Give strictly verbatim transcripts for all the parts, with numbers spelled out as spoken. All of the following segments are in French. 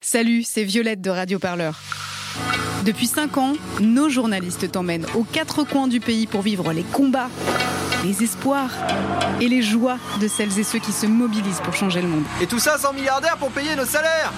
Salut, c'est Violette de Radio Parleur. Depuis cinq ans, nos journalistes t'emmènent aux quatre coins du pays pour vivre les combats, les espoirs et les joies de celles et ceux qui se mobilisent pour changer le monde. Et tout ça sans milliardaires pour payer nos salaires.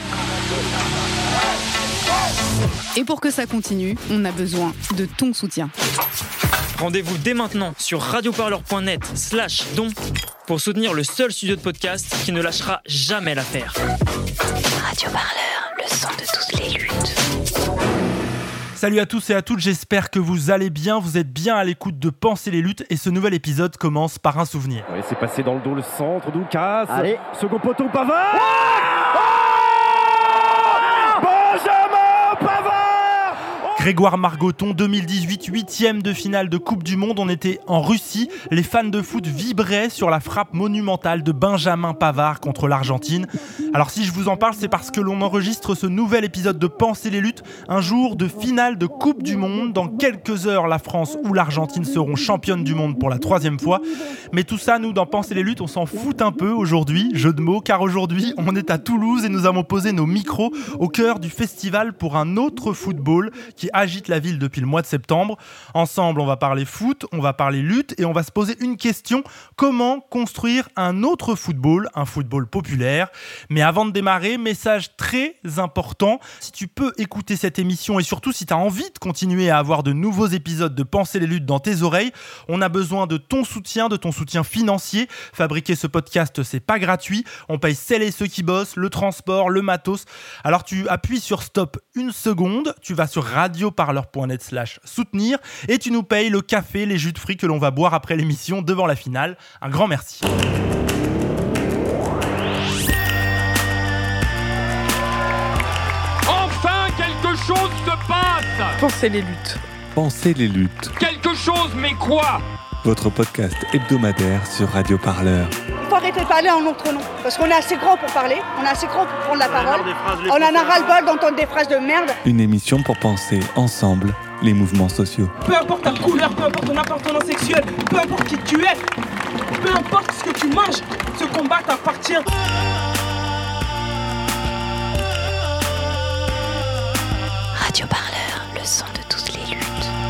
Et pour que ça continue, on a besoin de ton soutien. Rendez-vous dès maintenant sur radioparleur.net slash don pour soutenir le seul studio de podcast qui ne lâchera jamais l'affaire. Radio Parleur, le son de toutes les luttes. Salut à tous et à toutes, j'espère que vous allez bien, vous êtes bien à l'écoute de Penser les luttes et ce nouvel épisode commence par un souvenir. Oui, c'est passé dans le dos, le centre, Doukas. Allez. Second poteau, Pavard. Oh oh Benjamin Pavard. Grégoire Margoton, deux mille dix-huit, huitième de finale de Coupe du Monde. On était en Russie. Les fans de foot vibraient sur la frappe monumentale de Benjamin Pavard contre l'Argentine. Alors si je vous en parle, c'est parce que l'on enregistre ce nouvel épisode de Penser les luttes un jour de finale de Coupe du Monde. Dans quelques heures, la France ou l'Argentine seront championnes du monde pour la troisième fois. Mais tout ça, nous, dans Penser les luttes, on s'en fout un peu aujourd'hui, jeu de mots, car aujourd'hui, on est à Toulouse et nous avons posé nos micros au cœur du festival pour un autre football qui agite la ville depuis le mois de septembre. Ensemble, on va parler foot, on va parler lutte et on va se poser une question: comment construire un autre football, un football populaire? Mais avant de démarrer, message très important, si tu peux écouter cette émission et surtout si tu as envie de continuer à avoir de nouveaux épisodes de Penser les luttes dans tes oreilles, on a besoin de ton soutien, de ton soutien financier. Fabriquer ce podcast, c'est pas gratuit, on paye celles et ceux qui bossent, le transport, le matos. Alors tu appuies sur stop une seconde, tu vas sur radioparleur.net slash soutenir et tu nous payes le café, les jus de fruits que l'on va boire après l'émission devant la finale. Un grand merci. Enfin, quelque chose se passe. Pensez les luttes. Pensez les luttes. Quelque chose, mais quoi? Votre podcast hebdomadaire sur Radio Parleur. Il faut arrêter de parler en notre nom, parce qu'on est assez grand pour parler, on est assez grand pour prendre la parole, on en a ras-le-bol d'entendre des phrases de merde. Une émission pour penser ensemble les mouvements sociaux. Peu importe ta couleur, peu importe ton appartenance sexuelle, peu importe qui tu es, peu importe ce que tu manges, ce combat t'appartient. Radio Parleur, le son de toutes les luttes.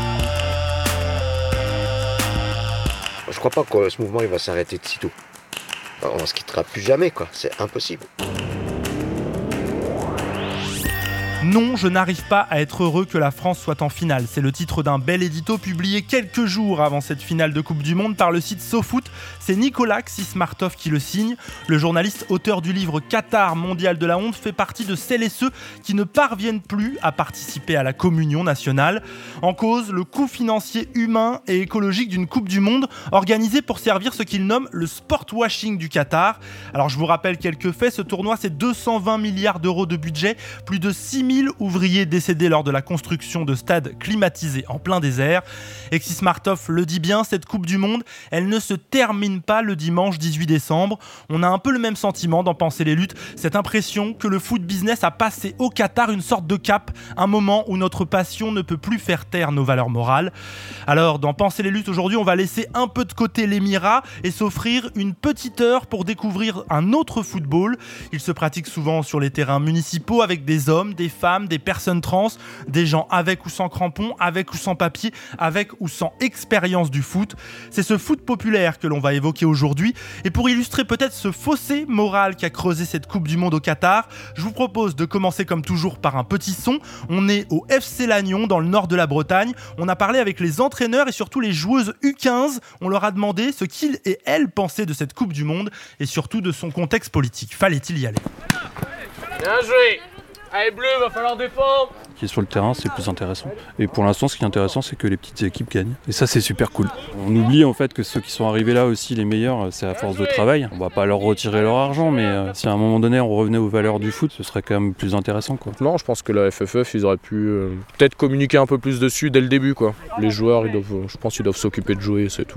Je crois pas que ce mouvement il va s'arrêter de sitôt. On ne se quittera plus jamais, quoi. C'est impossible. Non, je n'arrive pas à être heureux que la France soit en finale. C'est le titre d'un bel édito publié quelques jours avant cette finale de Coupe du Monde par le site SoFoot. C'est Nicolas Xismartov qui le signe. Le journaliste auteur du livre Qatar mondial de la honte fait partie de celles et ceux qui ne parviennent plus à participer à la communion nationale. En cause, le coût financier, humain et écologique d'une Coupe du Monde organisée pour servir ce qu'il nomme le sport-washing du Qatar. Alors je vous rappelle quelques faits, ce tournoi c'est deux cent vingt milliards d'euros de budget, plus de six mille ouvriers décédés lors de la construction de stades climatisés en plein désert. Et Xismartov le dit bien, cette Coupe du Monde, elle ne se termine pas le dimanche dix-huit décembre. On a un peu le même sentiment dans Penser les luttes, cette impression que le foot business a passé au Qatar une sorte de cap, un moment où notre passion ne peut plus faire taire nos valeurs morales. Alors, dans Penser les luttes aujourd'hui, on va laisser un peu de côté l'émirat et s'offrir une petite heure pour découvrir un autre football. Il se pratique souvent sur les terrains municipaux avec des hommes, des femmes, des personnes trans, des gens avec ou sans crampons, avec ou sans papier, avec ou sans expérience du foot. C'est ce foot populaire que l'on va évoquer aujourd'hui. Et pour illustrer peut-être ce fossé moral qu'a creusé cette Coupe du Monde au Qatar, je vous propose de commencer comme toujours par un petit son. On est au F C Lannion dans le nord de la Bretagne. On a parlé avec les entraîneurs et surtout les joueuses U quinze. On leur a demandé ce qu'ils et elles pensaient de cette Coupe du Monde et surtout de son contexte politique. Fallait-il y aller? Bien joué. Allez bleu, va falloir défendre. Qui est sur le terrain, c'est plus intéressant. Et pour l'instant, ce qui est intéressant, c'est que les petites équipes gagnent. Et ça, c'est super cool. On oublie en fait que ceux qui sont arrivés là aussi, les meilleurs, c'est à force de travail. On va pas leur retirer leur argent, mais euh, si à un moment donné, on revenait aux valeurs du foot, ce serait quand même plus intéressant, quoi. Non, je pense que la F F F, ils auraient pu euh, peut-être communiquer un peu plus dessus dès le début, quoi. Les joueurs, ils doivent, je pense qu'ils doivent s'occuper de jouer, c'est tout.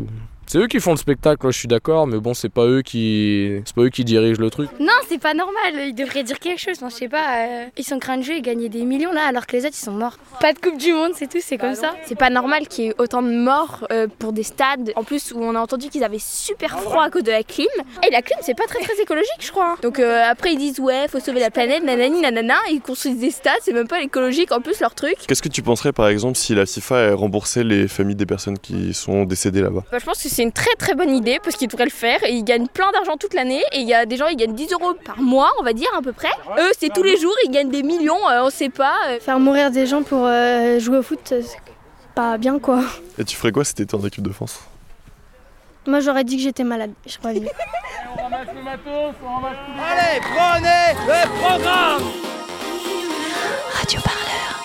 C'est eux qui font le spectacle, là, je suis d'accord, mais bon, c'est pas eux qui, c'est pas eux qui dirigent le truc. Non, c'est pas normal, ils devraient dire quelque chose. Non, je sais pas, euh, ils sont en train de jouer et gagner des millions là, alors que les autres ils sont morts. Pas de Coupe du Monde, c'est tout, c'est comme ça. C'est pas normal qu'il y ait autant de morts euh, pour des stades. En plus, où on a entendu qu'ils avaient super froid à cause de la clim. Et la clim, c'est pas très très écologique, je crois. Donc euh, après, ils disent ouais, faut sauver la planète, nanani, nanana. Ils construisent des stades, c'est même pas écologique en plus leur truc. Qu'est-ce que tu penserais par exemple si la FIFA remboursait les familles des personnes qui sont décédées là-bas? Bah, je pense que c'est une très très bonne idée parce qu'ils devraient le faire et ils gagnent plein d'argent toute l'année et il y a des gens ils gagnent dix euros par mois on va dire à peu près. Eux c'est tous les jours, ils gagnent des millions, euh, on sait pas. Euh. Faire mourir des gens pour euh, jouer au foot c'est pas bien quoi. Et tu ferais quoi si t'étais en équipe de France? Moi j'aurais dit que j'étais malade, je serais pas venue. On ramasse le matos, on ramasse tout le... Allez, prenez le programme. Radio Parleur.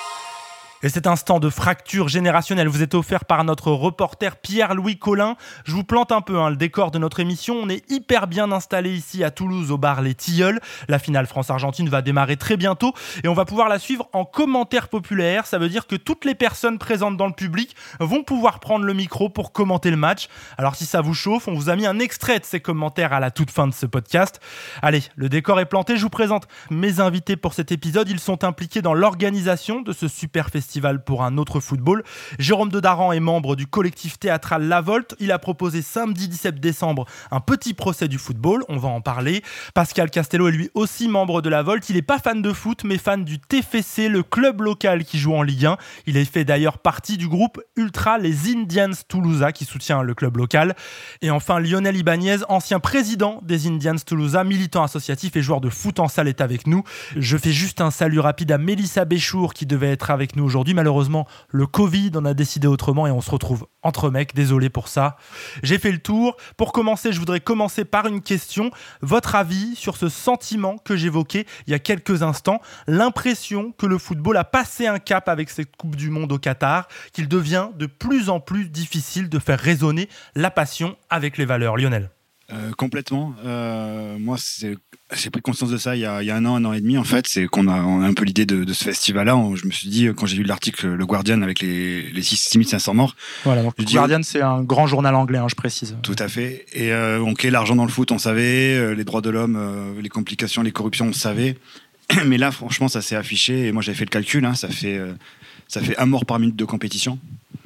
Et cet instant de fracture générationnelle vous est offert par notre reporter Pierre-Louis Collin. Je vous plante un peu hein, le décor de notre émission. On est hyper bien installé ici à Toulouse au bar Les Tilleuls. La finale France-Argentine va démarrer très bientôt et on va pouvoir la suivre en commentaire populaire. Ça veut dire que toutes les personnes présentes dans le public vont pouvoir prendre le micro pour commenter le match. Alors si ça vous chauffe, on vous a mis un extrait de ces commentaires à la toute fin de ce podcast. Allez, le décor est planté. Je vous présente mes invités pour cet épisode. Ils sont impliqués dans l'organisation de ce super festival pour un autre football. Jérôme Dedaran est membre du collectif théâtral La Volte. Il a proposé samedi dix-sept décembre un petit procès du football. On va en parler. Pascal Castello est lui aussi membre de La Volte. Il n'est pas fan de foot, mais fan du T F C, le club local qui joue en Ligue un. Il a fait d'ailleurs partie du groupe Ultra les Indians Toulousa qui soutient le club local. Et enfin, Lionel Ibanez, ancien président des Indians Toulousa, militant associatif et joueur de foot en salle, est avec nous. Je fais juste un salut rapide à Mélissa Béchour qui devait être avec nous aujourd'hui. Malheureusement, le Covid en a décidé autrement et on se retrouve entre mecs. Désolé pour ça. J'ai fait le tour. Pour commencer, je voudrais commencer par une question. Votre avis sur ce sentiment que j'évoquais il y a quelques instants, l'impression que le football a passé un cap avec cette Coupe du Monde au Qatar, qu'il devient de plus en plus difficile de faire résonner la passion avec les valeurs. Lionel. Euh, complètement. Euh, moi, c'est, j'ai pris conscience de ça il y, a, il y a un an, un an et demi. En fait, c'est qu'on a, on a un peu l'idée de, de ce festival-là. On, je me suis dit, quand j'ai lu l'article Le Guardian avec les, les six mille cinq cents morts. Voilà, donc Le Guardian, c'est un grand journal anglais, hein, je précise. Tout à fait. Et euh, ok, l'argent dans le foot, on savait. Euh, les droits de l'homme, euh, les complications, les corruptions, on savait. Mais là, franchement, ça s'est affiché. Et moi, j'avais fait le calcul. Hein, ça fait, euh, ça fait un mort par minute de compétition.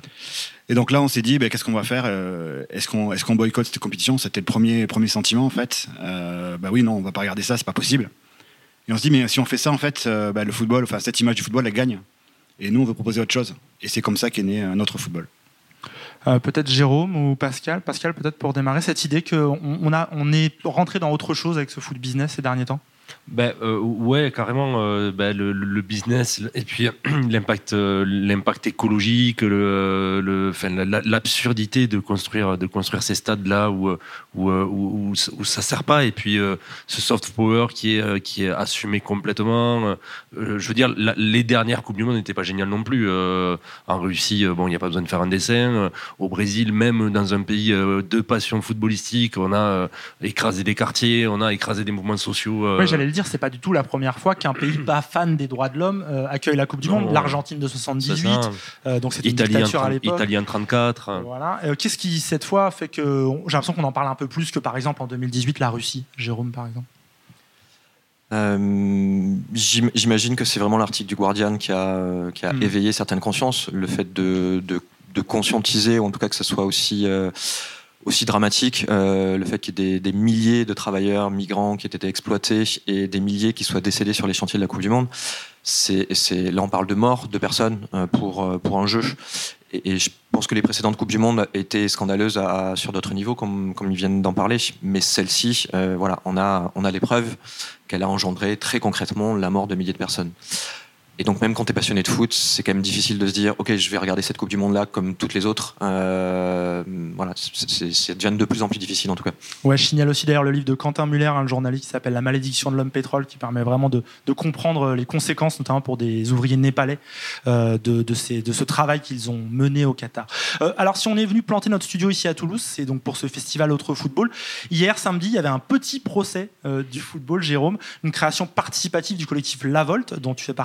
Et donc là, on s'est dit, bah, qu'est-ce qu'on va faire euh, Est-ce qu'on, est-ce qu'on boycotte cette compétition? C'était le premier, premier sentiment, en fait. Euh, bah oui, non, on va pas regarder ça, c'est pas possible. Et on se dit, mais si on fait ça, en fait, euh, bah, le football, enfin, cette image du football, elle gagne. Et nous, on veut proposer autre chose. Et c'est comme ça qu'est né un autre football. Euh, peut-être Jérôme ou Pascal. Pascal, peut-être pour démarrer, cette idée qu'on on a, on est rentré dans autre chose avec ce foot business ces derniers temps. Ben, euh, ouais, carrément, euh, ben, le, le business et puis l'impact, euh, l'impact écologique, le, le, enfin, la, l'absurdité de construire, de construire ces stades-là où, où, où, où ça ne sert pas, et puis euh, ce soft power qui est, qui est assumé complètement. Euh, je veux dire, la, les dernières Coupes du Monde n'étaient pas géniales non plus. Euh, en Russie, bon, il n'y a pas besoin de faire un dessin. Au Brésil, même dans un pays euh, de passion footballistique, on a euh, écrasé des quartiers, on a écrasé des mouvements sociaux. Euh, oui, j'allais le dire, c'est pas du tout la première fois qu'un pays pas fan des droits de l'homme euh, accueille la Coupe du Monde. Non, l'Argentine de soixante-dix-huit, euh, donc c'était une dictature à l'époque. Italie en trente-quatre. Voilà. Euh, qu'est-ce qui cette fois fait que on, j'ai l'impression qu'on en parle un peu plus que par exemple en deux mille dix-huit la Russie, Jérôme par exemple. Euh, j'imagine que c'est vraiment l'article du Guardian qui a, qui a mmh. éveillé certaines consciences, le fait de, de, de conscientiser, ou en tout cas que ce soit aussi euh, aussi dramatique, euh, le fait qu'il y ait des, des milliers de travailleurs migrants qui aient été exploités et des milliers qui soient décédés sur les chantiers de la Coupe du Monde. C'est, c'est, là, on parle de morts, de personnes euh, pour, euh, pour un jeu. Et, et je pense que les précédentes Coupes du Monde étaient scandaleuses à, sur d'autres niveaux, comme, comme ils viennent d'en parler. Mais celle-ci, euh, voilà, on a, on a les preuves qu'elle a engendré très concrètement la mort de milliers de personnes. Et donc même quand tu es passionné de foot, c'est quand même difficile de se dire « Ok, je vais regarder cette Coupe du Monde-là comme toutes les autres euh, ». Voilà, c'est, c'est, ça devient de plus en plus difficile en tout cas. Ouais, je signale aussi d'ailleurs le livre de Quentin Muller, hein, le journaliste qui s'appelle « La malédiction de l'homme pétrole » qui permet vraiment de, de comprendre les conséquences, notamment pour des ouvriers népalais, euh, de, de, ces, de ce travail qu'ils ont mené au Qatar. Euh, alors si on est venu planter notre studio ici à Toulouse, c'est donc pour ce festival Autre Football. Hier, samedi, il y avait un petit procès euh, du football, Jérôme, une création participative du collectif La Volte, dont tu fais partie.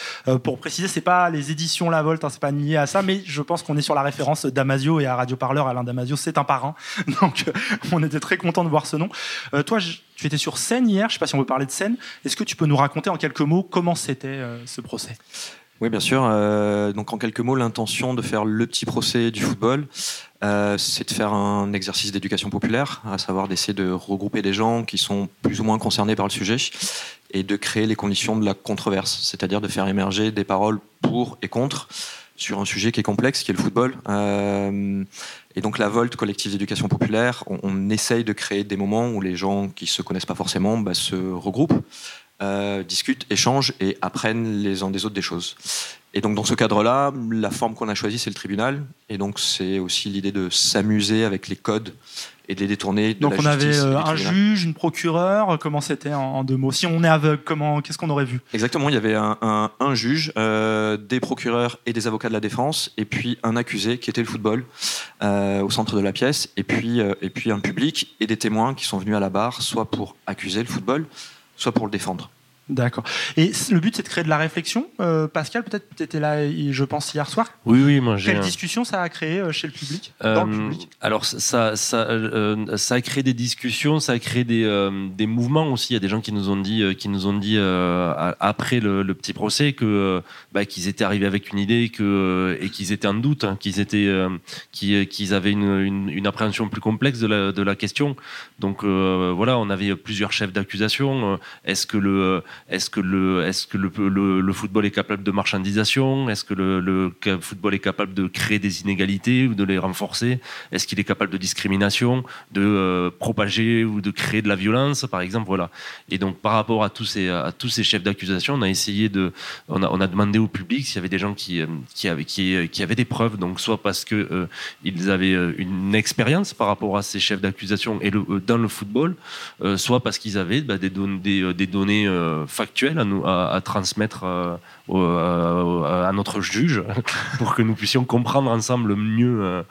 Euh, pour préciser, c'est pas les éditions La Volte, hein, c'est pas lié à ça, mais je pense qu'on est sur la référence Damasio et à Radio Parleur, Alain Damasio, c'est un parrain. Donc euh, on était très content de voir ce nom. Euh, toi, je, tu étais sur scène hier, je sais pas si on veut parler de scène. Est-ce que tu peux nous raconter en quelques mots comment c'était euh, ce procès ? Oui, bien sûr. Euh, donc, en quelques mots, l'intention de faire le petit procès du football, euh, c'est de faire un exercice d'éducation populaire, à savoir d'essayer de regrouper des gens qui sont plus ou moins concernés par le sujet et de créer les conditions de la controverse, c'est-à-dire de faire émerger des paroles pour et contre sur un sujet qui est complexe, qui est le football. Euh, et donc, la Volte, collectif d'éducation populaire, on, on essaye de créer des moments où les gens qui ne se connaissent pas forcément bah, se regroupent, Euh, discutent, échangent et apprennent les uns des autres des choses. Et donc dans ce cadre-là, la forme qu'on a choisie, c'est le tribunal. Et donc c'est aussi l'idée de s'amuser avec les codes et de les détourner de donc la on justice. avait et euh, du un tribunal. juge, une procureure, comment c'était en, en deux mots ? Si on est aveugle, comment, qu'est-ce qu'on aurait vu ? Exactement, il y avait un, un, un juge, euh, des procureurs et des avocats de la défense, et puis un accusé qui était le football euh, au centre de la pièce, et puis, euh, et puis un public et des témoins qui sont venus à la barre, soit pour accuser le football, soit pour le défendre. D'accord. Et le but, c'est de créer de la réflexion. Euh, Pascal, peut-être tu étais là, je pense, hier soir. Oui, oui, moi j'ai. Quelle un... discussion ça a créé chez le public, euh, dans le public ? Alors, ça, ça, euh, ça a créé des discussions, ça a créé des, euh, des mouvements aussi. Il y a des gens qui nous ont dit, euh, qui nous ont dit euh, après le, le petit procès que euh, bah, qu'ils étaient arrivés avec une idée que, euh, et qu'ils étaient en doute, hein, qu'ils étaient, euh, qu'ils, qu'ils avaient une, une, une appréhension plus complexe de la, de la question. Donc euh, voilà, on avait plusieurs chefs d'accusation. Est-ce que le Est-ce que, le, est-ce que le, le, le football est capable de marchandisation ? Est-ce que le, le football est capable de créer des inégalités ou de les renforcer ? Est-ce qu'il est capable de discrimination, de euh, propager ou de créer de la violence, par exemple ? Voilà. Et donc, par rapport à tous ces, à tous ces chefs d'accusation, on a essayé de, on a, on a demandé au public s'il y avait des gens qui, qui, avaient, qui, qui avaient des preuves, donc soit parce que euh, ils avaient une expérience par rapport à ces chefs d'accusation et le, dans le football, euh, soit parce qu'ils avaient bah, des, don- des, des données euh, factuelles à, nous, à, à transmettre euh, au, à, à notre juge pour que nous puissions comprendre ensemble mieux euh,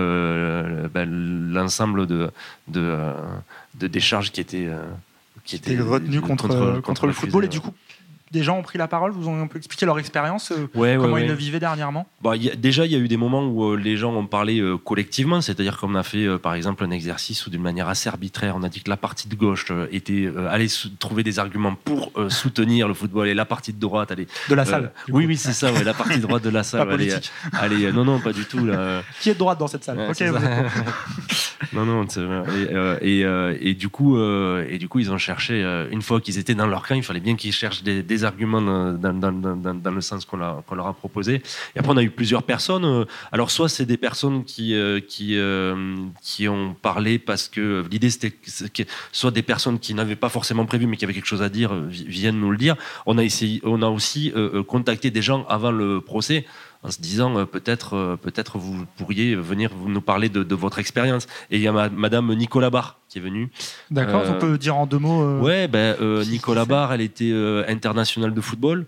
euh, ben, l'ensemble de, de, de, des charges qui étaient, euh, qui étaient retenues contre, contre, contre, contre le football. Et du ouais. coup, des gens ont pris la parole, vous ont un peu expliqué leur expérience, euh, ouais, comment ouais, ils ouais. le vivaient dernièrement ? Bah, y a, déjà, il y a eu des moments où euh, les gens ont parlé euh, collectivement, c'est-à-dire qu'on a fait, euh, par exemple, un exercice où, d'une manière assez arbitraire, on a dit que la partie de gauche euh, était euh, allait sou- trouver des arguments pour euh, soutenir le football et la partie de droite allait de la salle. Euh, oui, oui, c'est ça, ouais, la partie de droite de la salle. Pas allait, politique. allait, euh, non, non, pas du tout. Là. Qui est de droite dans cette salle ? Ouais, Ok, c'est vous ça. êtes Non, non, c'est, et, euh, et, euh, et du coup, euh, et du coup, ils ont cherché. Euh, une fois qu'ils étaient dans leur camp, il fallait bien qu'ils cherchent des, des arguments dans, dans, dans, dans, dans le sens qu'on, a, qu'on leur a proposé. Et après, on a eu plusieurs personnes. Euh, alors, soit c'est des personnes qui euh, qui euh, qui ont parlé parce que l'idée c'était que, soit des personnes qui n'avaient pas forcément prévu mais qui avaient quelque chose à dire euh, viennent nous le dire. On a essayé, on a aussi euh, contacté des gens avant le procès, en se disant euh, peut-être, euh, peut-être vous pourriez venir vous nous parler de, de votre expérience. Et il y a ma, Madame Nicolas Barre qui est venue. D'accord, euh, on peut dire en deux mots. Euh... Ouais, ben euh, Nicolas Barre, elle était euh, internationale de football.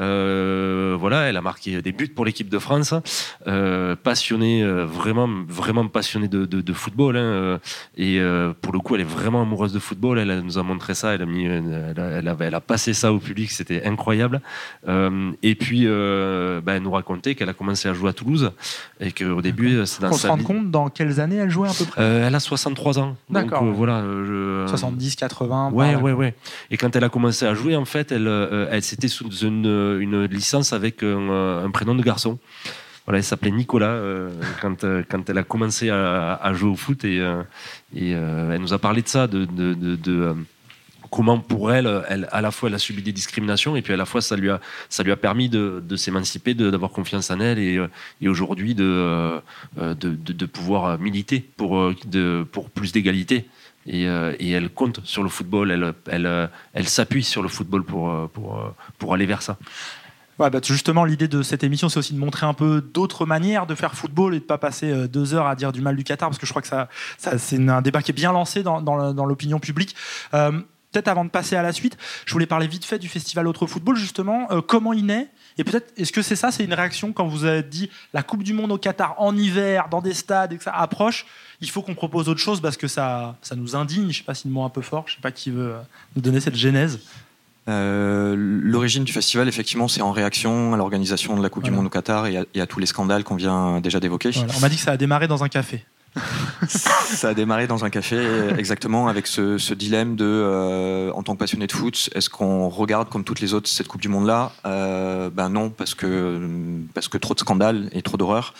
Euh, voilà, elle a marqué des buts pour l'équipe de France. Euh, passionnée, euh, vraiment, vraiment passionnée de, de, de football. Hein, et euh, pour le coup, elle est vraiment amoureuse de football. Elle, elle nous a montré ça. Elle a mis, elle a, elle a, elle a passé ça au public. C'était incroyable. Euh, et puis, euh, ben, elle nous racontait qu'elle a commencé à jouer à Toulouse et qu'au début, c'est dans On sa se rend vie... compte dans quelles années elle jouait à peu près ? euh, Elle a soixante-trois ans. D'accord. Donc, euh, voilà. Je... soixante-dix, quatre-vingts. Ouais, ouais, ouais. Et quand elle a commencé à jouer, en fait, elle, euh, elle s'était sous une, une licence avec un, un prénom de garçon. Voilà, elle s'appelait Nicolas euh, quand, euh, quand elle a commencé à, à jouer au foot et, euh, et euh, elle nous a parlé de ça, de, de, de, de euh, comment pour elle, elle, à la fois elle a subi des discriminations et puis à la fois ça lui a, ça lui a permis de, de s'émanciper, de, d'avoir confiance en elle et, et aujourd'hui de, de, de, de pouvoir militer pour, de, pour plus d'égalité. Et, euh, et elle compte sur le football, elle, elle, elle s'appuie sur le football pour, pour, pour aller vers ça. Ouais, bah justement, l'idée de cette émission, c'est aussi de montrer un peu d'autres manières de faire football et de ne pas passer deux heures à dire du mal du Qatar, parce que je crois que ça, ça, c'est un débat qui est bien lancé dans, dans, dans l'opinion publique. Euh, peut-être avant de passer à la suite, je voulais parler vite fait du festival Autre Football, justement. Euh, comment il naît ? Et peut-être, est-ce que c'est ça, c'est une réaction quand vous avez dit la Coupe du Monde au Qatar en hiver, dans des stades, et que ça approche, il faut qu'on propose autre chose parce que ça, ça nous indigne. Je ne sais pas si le mot est un peu fort, je ne sais pas qui veut nous donner cette genèse. Euh, l'origine du festival, effectivement, c'est en réaction à l'organisation de la Coupe Voilà. du Monde au Qatar et à, et à tous les scandales qu'on vient déjà d'évoquer. Voilà. On m'a dit que ça a démarré dans un café. Ça a démarré dans un café, exactement, avec ce, ce dilemme de, euh, en tant que passionné de foot, est-ce qu'on regarde comme toutes les autres cette Coupe du Monde-là ? euh, Ben non, parce que, parce que trop de scandales et trop d'horreurs.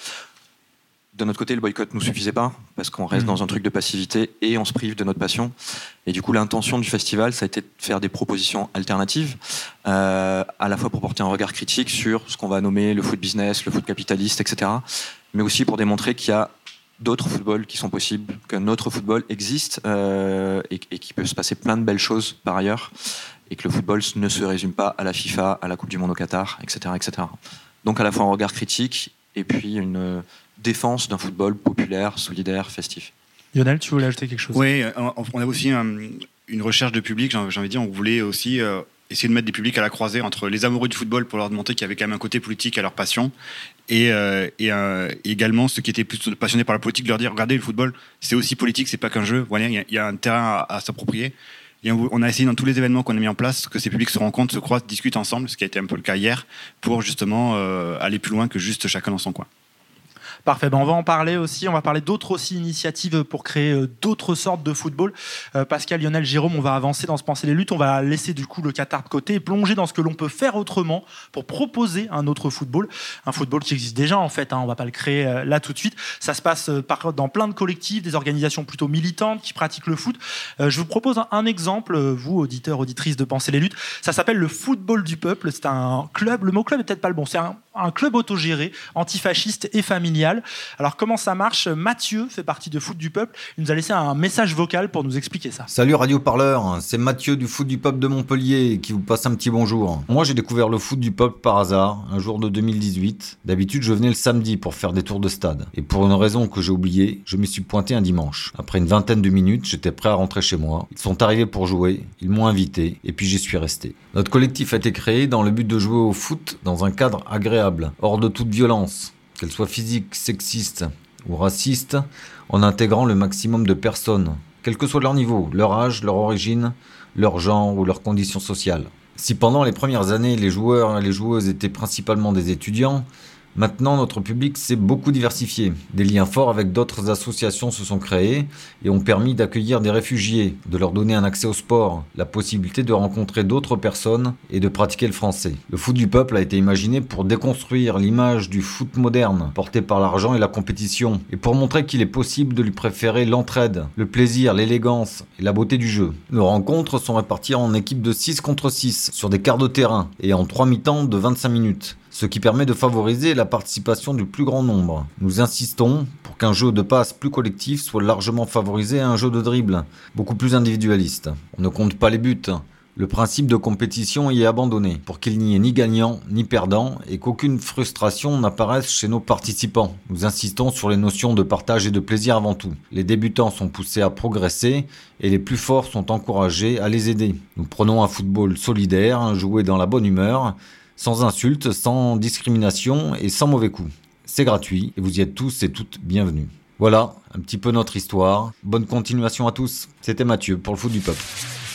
De notre côté, le boycott ne nous suffisait pas, parce qu'on reste mmh. dans un truc de passivité et on se prive de notre passion. Et du coup, l'intention du festival, ça a été de faire des propositions alternatives, euh, à la fois pour porter un regard critique sur ce qu'on va nommer le foot business, le foot capitaliste, et cetera, mais aussi pour démontrer qu'il y a d'autres footballs qui sont possibles, qu'un autre football existe euh, et, et qu'il peut se passer plein de belles choses par ailleurs, et que le football ne se résume pas à la FIFA, à la Coupe du Monde au Qatar, et cetera, et cetera. Donc à la fois un regard critique et puis une défense d'un football populaire, solidaire, festif. Lionel, tu voulais ajouter quelque chose ? Oui, on a aussi un, une recherche de public, j'ai envie de dire, on voulait aussi euh, essayer de mettre des publics à la croisée entre les amoureux du football pour leur montrer qu'il y avait quand même un côté politique à leur passion, et, euh, et euh, également ceux qui étaient plus passionnés par la politique, de leur dire, regardez, le football, c'est aussi politique, c'est pas qu'un jeu, voilà, il y, y a un terrain à, à s'approprier. Et on a essayé dans tous les événements qu'on a mis en place que ces publics se rencontrent, se croisent, discutent ensemble, ce qui a été un peu le cas hier, pour justement euh, aller plus loin que juste chacun dans son coin. Parfait, ben on va en parler aussi, on va parler d'autres aussi initiatives pour créer euh, d'autres sortes de football. Euh, Pascal, Lionel, Jérôme, on va avancer dans ce Penser les luttes, on va laisser du coup le Qatar de côté et plonger dans ce que l'on peut faire autrement pour proposer un autre football, un football qui existe déjà en fait, hein, on ne va pas le créer euh, là tout de suite. Ça se passe euh, par, dans plein de collectifs, des organisations plutôt militantes qui pratiquent le foot. Euh, je vous propose un, un exemple, euh, vous auditeurs, auditrices de Penser les luttes, ça s'appelle le Football du Peuple, c'est un club, le mot club est peut-être pas le bon, c'est un, un club autogéré, antifasciste et familial. Alors comment ça marche ? Mathieu fait partie de Foot du Peuple. Il nous a laissé un message vocal pour nous expliquer ça. Salut Radio Parleur, c'est Mathieu du Foot du Peuple de Montpellier qui vous passe un petit bonjour. Moi j'ai découvert le Foot du Peuple par hasard, un jour de deux mille dix-huit. D'habitude je venais le samedi pour faire des tours de stade. Et pour une raison que j'ai oubliée, je m'y suis pointé un dimanche. Après une vingtaine de minutes, j'étais prêt à rentrer chez moi. Ils sont arrivés pour jouer, ils m'ont invité et puis j'y suis resté. Notre collectif a été créé dans le but de jouer au foot dans un cadre agréable, hors de toute violence, qu'elle soit physique, sexiste ou raciste, en intégrant le maximum de personnes, quel que soit leur niveau, leur âge, leur origine, leur genre ou leurs conditions sociales. Si pendant les premières années, les joueurs et les joueuses étaient principalement des étudiants, maintenant notre public s'est beaucoup diversifié. Des liens forts avec d'autres associations se sont créés et ont permis d'accueillir des réfugiés, de leur donner un accès au sport, la possibilité de rencontrer d'autres personnes et de pratiquer le français. Le foot du peuple a été imaginé pour déconstruire l'image du foot moderne, porté par l'argent et la compétition, et pour montrer qu'il est possible de lui préférer l'entraide, le plaisir, l'élégance et la beauté du jeu. Nos rencontres sont réparties en équipes de six contre six, sur des quarts de terrain, et en trois mi-temps de vingt-cinq minutes. Ce qui permet de favoriser la participation du plus grand nombre. Nous insistons pour qu'un jeu de passe plus collectif soit largement favorisé à un jeu de dribble, beaucoup plus individualiste. On ne compte pas les buts. Le principe de compétition y est abandonné, pour qu'il n'y ait ni gagnant ni perdant et qu'aucune frustration n'apparaisse chez nos participants. Nous insistons sur les notions de partage et de plaisir avant tout. Les débutants sont poussés à progresser et les plus forts sont encouragés à les aider. Nous prenons un football solidaire, joué dans la bonne humeur, sans insultes, sans discrimination et sans mauvais coups. C'est gratuit et vous y êtes tous et toutes bienvenus. Voilà, un petit peu notre histoire. Bonne continuation à tous. C'était Mathieu pour le Foot du Peuple.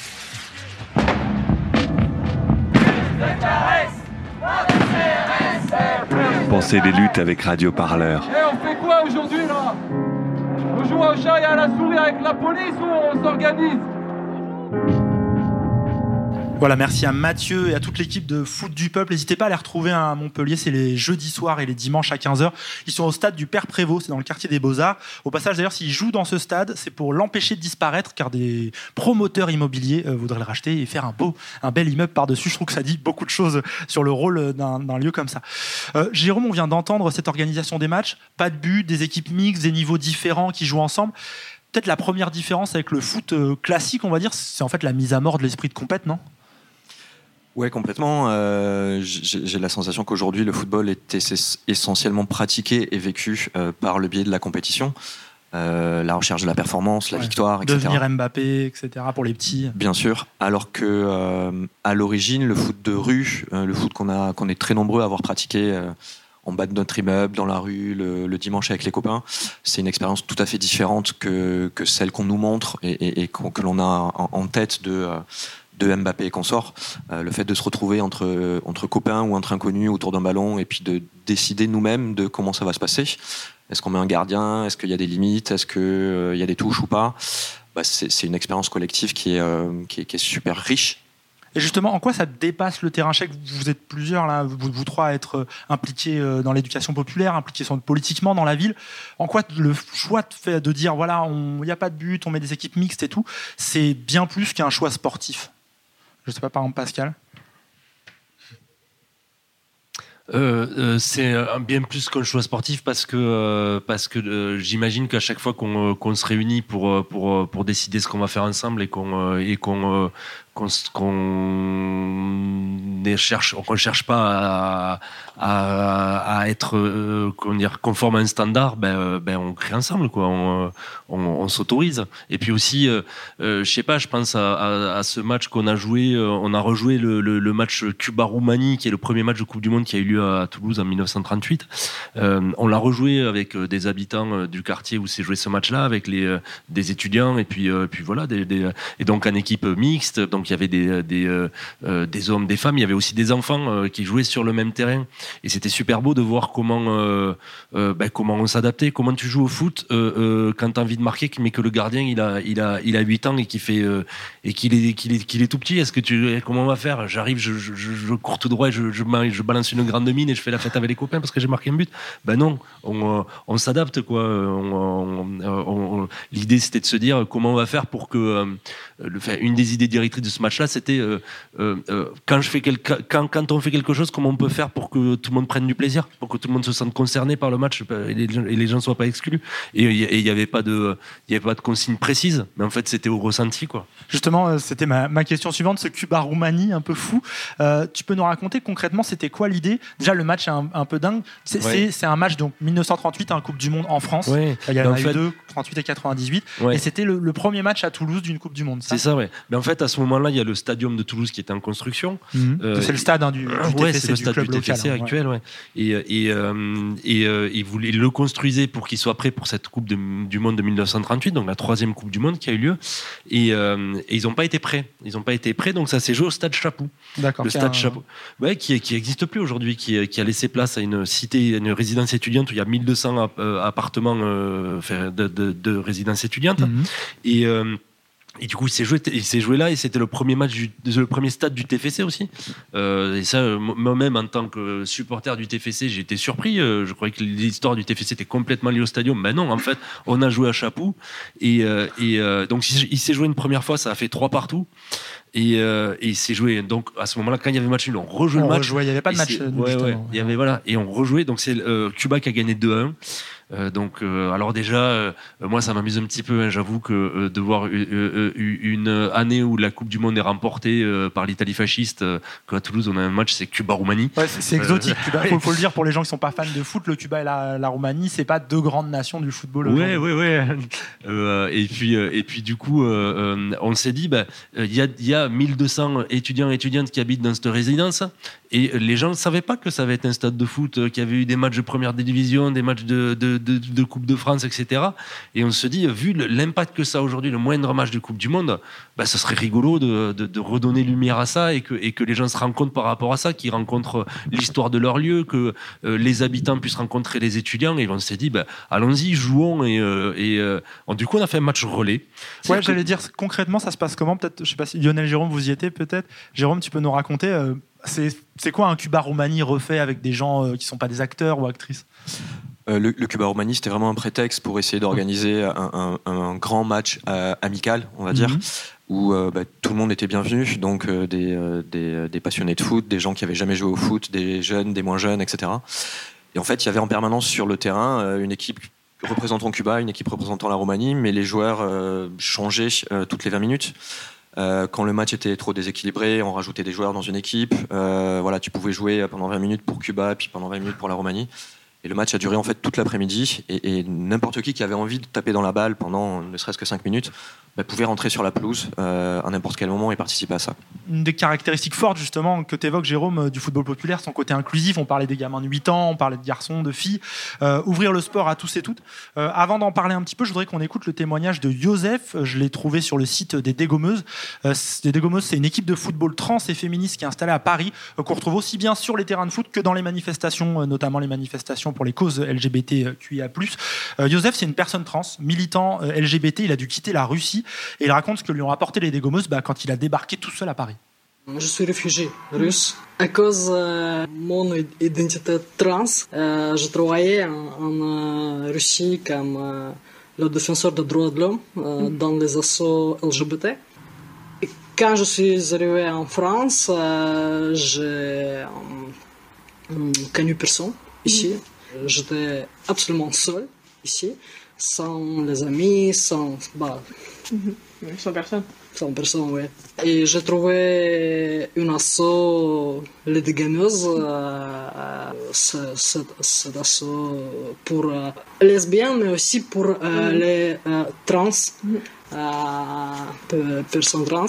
Pensez les luttes avec Radio Parleur. Eh, on fait quoi aujourd'hui là? On joue au chat et à la souris avec la police ou on s'organise? Voilà, merci à Mathieu et à toute l'équipe de Foot du Peuple. N'hésitez pas à les retrouver à Montpellier, c'est les jeudis soirs et les dimanches à quinze heures. Ils sont au stade du Père Prévost, c'est dans le quartier des Beaux-Arts. Au passage, d'ailleurs, s'ils jouent dans ce stade, c'est pour l'empêcher de disparaître, car des promoteurs immobiliers euh, voudraient le racheter et faire un beau, un bel immeuble par-dessus. Je trouve que ça dit beaucoup de choses sur le rôle d'un, d'un lieu comme ça. Euh, Jérôme, on vient d'entendre cette organisation des matchs. Pas de but, des équipes mixtes, des niveaux différents qui jouent ensemble. Peut-être la première différence avec le foot euh, classique, on va dire, c'est en fait la mise à mort de l'esprit de compète, non ? Ouais, complètement. Euh, j'ai, j'ai la sensation qu'aujourd'hui, le football est essentiellement pratiqué et vécu euh, par le biais de la compétition. Euh, la recherche de la performance, la ouais. victoire, et cetera. Devenir Mbappé, et cetera pour les petits. Bien sûr. Alors que euh, à l'origine, le foot de rue, euh, le foot qu'on a, qu'on est très nombreux à avoir pratiqué euh, en bas de notre immeuble, dans la rue, le, le dimanche avec les copains, c'est une expérience tout à fait différente que, que celle qu'on nous montre et, et, et que l'on a en, en tête de, de Mbappé et consorts, euh, le fait de se retrouver entre, entre copains ou entre inconnus autour d'un ballon et puis de décider nous-mêmes de comment ça va se passer. Est-ce qu'on met un gardien ? Est-ce qu'il y a des limites ? Est-ce qu'il euh, y a des touches ou pas ? Bah, c'est, c'est une expérience collective qui est, euh, qui est, qui est super riche. Et justement, en quoi ça dépasse le terrain ? Je sais que vous êtes plusieurs, là, vous, vous trois, à être impliqués dans l'éducation populaire, impliqués politiquement dans la ville. En quoi le choix de, fait, de dire, voilà, il n'y a pas de but, on met des équipes mixtes et tout, c'est bien plus qu'un choix sportif ? Je ne sais pas, par exemple, Pascal ? Euh, euh, c'est bien plus qu'un choix sportif parce que euh, parce que euh, j'imagine qu'à chaque fois qu'on, euh, qu'on se réunit pour pour pour décider ce qu'on va faire ensemble et qu'on euh, et qu'on euh, qu'on qu'on ne cherche qu'on cherche pas à à, à être euh, comment dire conforme à un standard, ben euh, ben on crée ensemble quoi, on on, on s'autorise. Et puis aussi euh, euh, je sais pas, je pense à, à, à ce match qu'on a joué, euh, on a rejoué le, le, le match Cuba-Roumanie qui est le premier match de Coupe du Monde qui a eu lieu à Toulouse en dix-neuf cent trente-huit. Euh, on l'a rejoué avec des habitants du quartier où s'est joué ce match-là, avec les euh, des étudiants et puis euh, puis voilà des, des, et donc en équipe mixte. Donc il y avait des des euh, des hommes, des femmes, il y avait aussi des enfants euh, qui jouaient sur le même terrain et c'était super beau de voir comment euh, euh, ben, comment on s'adaptait, comment tu joues au foot euh, euh, quand tu as envie de marquer mais que le gardien il a il a il a huit ans et qui fait euh, et qu'il est qu'il est qu'il est tout petit. Est-ce que tu comment on va faire ? J'arrive, je, je, je cours tout droit et je, je je balance une grande mine et je fais la fête avec les copains parce que j'ai marqué un but. Ben non, on, on s'adapte quoi. On, on, on, l'idée c'était de se dire comment on va faire pour que euh, le, enfin, une des idées directrices de ce match-là, c'était euh, euh, quand je fais quelque, quand quand on fait quelque chose, comment on peut faire pour que tout le monde prenne du plaisir, pour que tout le monde se sente concerné par le match et les, et les gens soient pas exclus. Et il y avait pas de il y avait pas de consigne précise, mais en fait c'était au ressenti quoi. Justement, c'était ma, ma question suivante, ce Cuba-Roumanie un peu fou. Euh, tu peux nous raconter concrètement c'était quoi l'idée ? Déjà le match est un, un peu dingue. C'est, ouais. c'est, c'est un match donc dix-neuf cent trente-huit, un Coupe du Monde en France. Ouais. Il y en a eu deux, trente-huit et quatre-vingt-dix-huit. Ouais. Et c'était le, le premier match à Toulouse d'une Coupe du Monde. Ça c'est ça, ouais. Mais en fait, à ce moment-là, il y a le stadium de Toulouse qui était en construction. Mmh. Euh, c'est le stade hein, du, du T F C, ouais, c'est le stade du, du T F C local, actuel, ouais. Et, et, euh, et euh, ils voulaient le construisaient pour qu'il soit prêt pour cette Coupe de, du Monde de dix-neuf cent trente-huit, donc la troisième Coupe du Monde qui a eu lieu. Et, euh, et ils n'ont pas été prêts. Ils n'ont pas été prêts, donc ça s'est joué au stade Chapoux. D'accord. Le stade un... Chapoux, ouais, qui qui n'existe plus aujourd'hui, qui, qui a laissé place à une cité, une résidence étudiante où il y a mille deux cents appartements euh, de, de, de résidence étudiante. Mmh. Et euh, Et du coup, il s'est joué, il s'est joué là, et c'était le premier match, du, le premier stade du T F C aussi. Euh, et ça, moi-même, en tant que supporter du T F C, j'ai été surpris. Euh, je croyais que l'histoire du T F C était complètement liée au stadium. Mais non, en fait, on a joué à Chapoux. Et, euh, et euh, donc, il s'est joué une première fois, ça a fait trois partout. Et, euh, et il s'est joué. Donc, à ce moment-là, quand il y avait match nul, on rejouait on le match. Rejouait, il n'y avait pas de match. Ouais, ouais, il y avait, voilà. Et on rejouait. Donc, c'est euh, Cuba qui a gagné deux à un. Euh, donc, euh, alors déjà, euh, moi, ça m'amuse un petit peu. Hein, j'avoue que euh, de voir euh, euh, une année où la Coupe du Monde est remportée euh, par l'Italie fasciste, euh, qu'à Toulouse, on a un match, c'est Cuba-Roumanie. Ouais, c'est, c'est exotique. Il euh, faut, faut le dire pour les gens qui sont pas fans de foot. Le Cuba et la, la Roumanie, c'est pas deux grandes nations du football. Ouais, ouais, ouais. Euh, et puis, euh, et puis, du coup, euh, euh, on s'est dit, bah, il y a, y a mille deux cents étudiants et étudiantes qui habitent dans cette résidence, et les gens ne savaient pas que ça avait été un stade de foot, euh, qu'il y avait eu des matchs de première division, des matchs de, de De, de Coupe de France, et cetera. Et on se dit, vu l'impact que ça a aujourd'hui, le moindre match de Coupe du Monde, bah, ça serait rigolo de, de, de redonner lumière à ça et que, et que les gens se rencontrent par rapport à ça, qu'ils rencontrent l'histoire de leur lieu, que euh, les habitants puissent rencontrer les étudiants. Et on s'est dit, bah, allons-y, jouons. Et, euh, et euh, du coup, on a fait un match relais. Ouais, j'allais que... dire, concrètement, ça se passe comment ? Peut-être, je sais pas si Lionel, Jérôme, vous y étiez peut-être. Jérôme, tu peux nous raconter euh, c'est, c'est quoi un Cuba-Roumanie refait avec des gens euh, qui ne sont pas des acteurs ou actrices ? Euh, le, le Cuba-Roumanie, c'était vraiment un prétexte pour essayer d'organiser un, un, un grand match euh, amical, on va dire, mm-hmm. où euh, bah, tout le monde était bienvenu, donc euh, des, euh, des, des passionnés de foot, des gens qui n'avaient jamais joué au foot, des jeunes, des moins jeunes, et cetera. Et en fait, il y avait en permanence sur le terrain euh, une équipe représentant Cuba, une équipe représentant la Roumanie, mais les joueurs euh, changeaient euh, toutes les vingt minutes. Euh, quand le match était trop déséquilibré, on rajoutait des joueurs dans une équipe. Euh, voilà, tu pouvais jouer pendant vingt minutes pour Cuba, puis pendant vingt minutes pour la Roumanie. Et le match a duré en fait toute l'après-midi, et, et n'importe qui qui avait envie de taper dans la balle pendant ne serait-ce que cinq minutes bah, pouvaient rentrer sur la pelouse euh, à n'importe quel moment et participer à ça. Une des caractéristiques fortes justement que tu évoques, Jérôme, du football populaire, son côté inclusif. On parlait des gamins de huit ans, on parlait de garçons, de filles. Euh, ouvrir le sport à tous et toutes. Euh, avant d'en parler un petit peu, je voudrais qu'on écoute le témoignage de Joseph. Je l'ai trouvé sur le site des Dégommeuses. Euh, des Dégommeuses, c'est une équipe de football trans et féministe qui est installée à Paris, euh, qu'on retrouve aussi bien sur les terrains de foot que dans les manifestations, euh, notamment les manifestations pour les causes L G B T Q I A plus. Euh, Joseph, c'est une personne trans, militant euh, L G B T. Il a dû quitter la Russie et il raconte ce que lui ont apporté les Dégommeuses bah, quand il a débarqué tout seul à Paris. Je suis réfugié russe. À cause de euh, mon identité trans, euh, je travaillais en, en euh, Russie comme euh, le défenseur des droits de l'homme euh, dans les assauts L G B T. Et quand je suis arrivé en France, euh, j'ai euh, connu personne ici. Mm. J'étais absolument seul ici, sans les amis, sans... Bah, mm-hmm. Sans personne. Sans personne, oui. Et j'ai trouvé une asso, les Dégommeuses, euh, cet asso pour euh, lesbiennes, mais aussi pour euh, mm. les euh, trans, euh, personnes trans.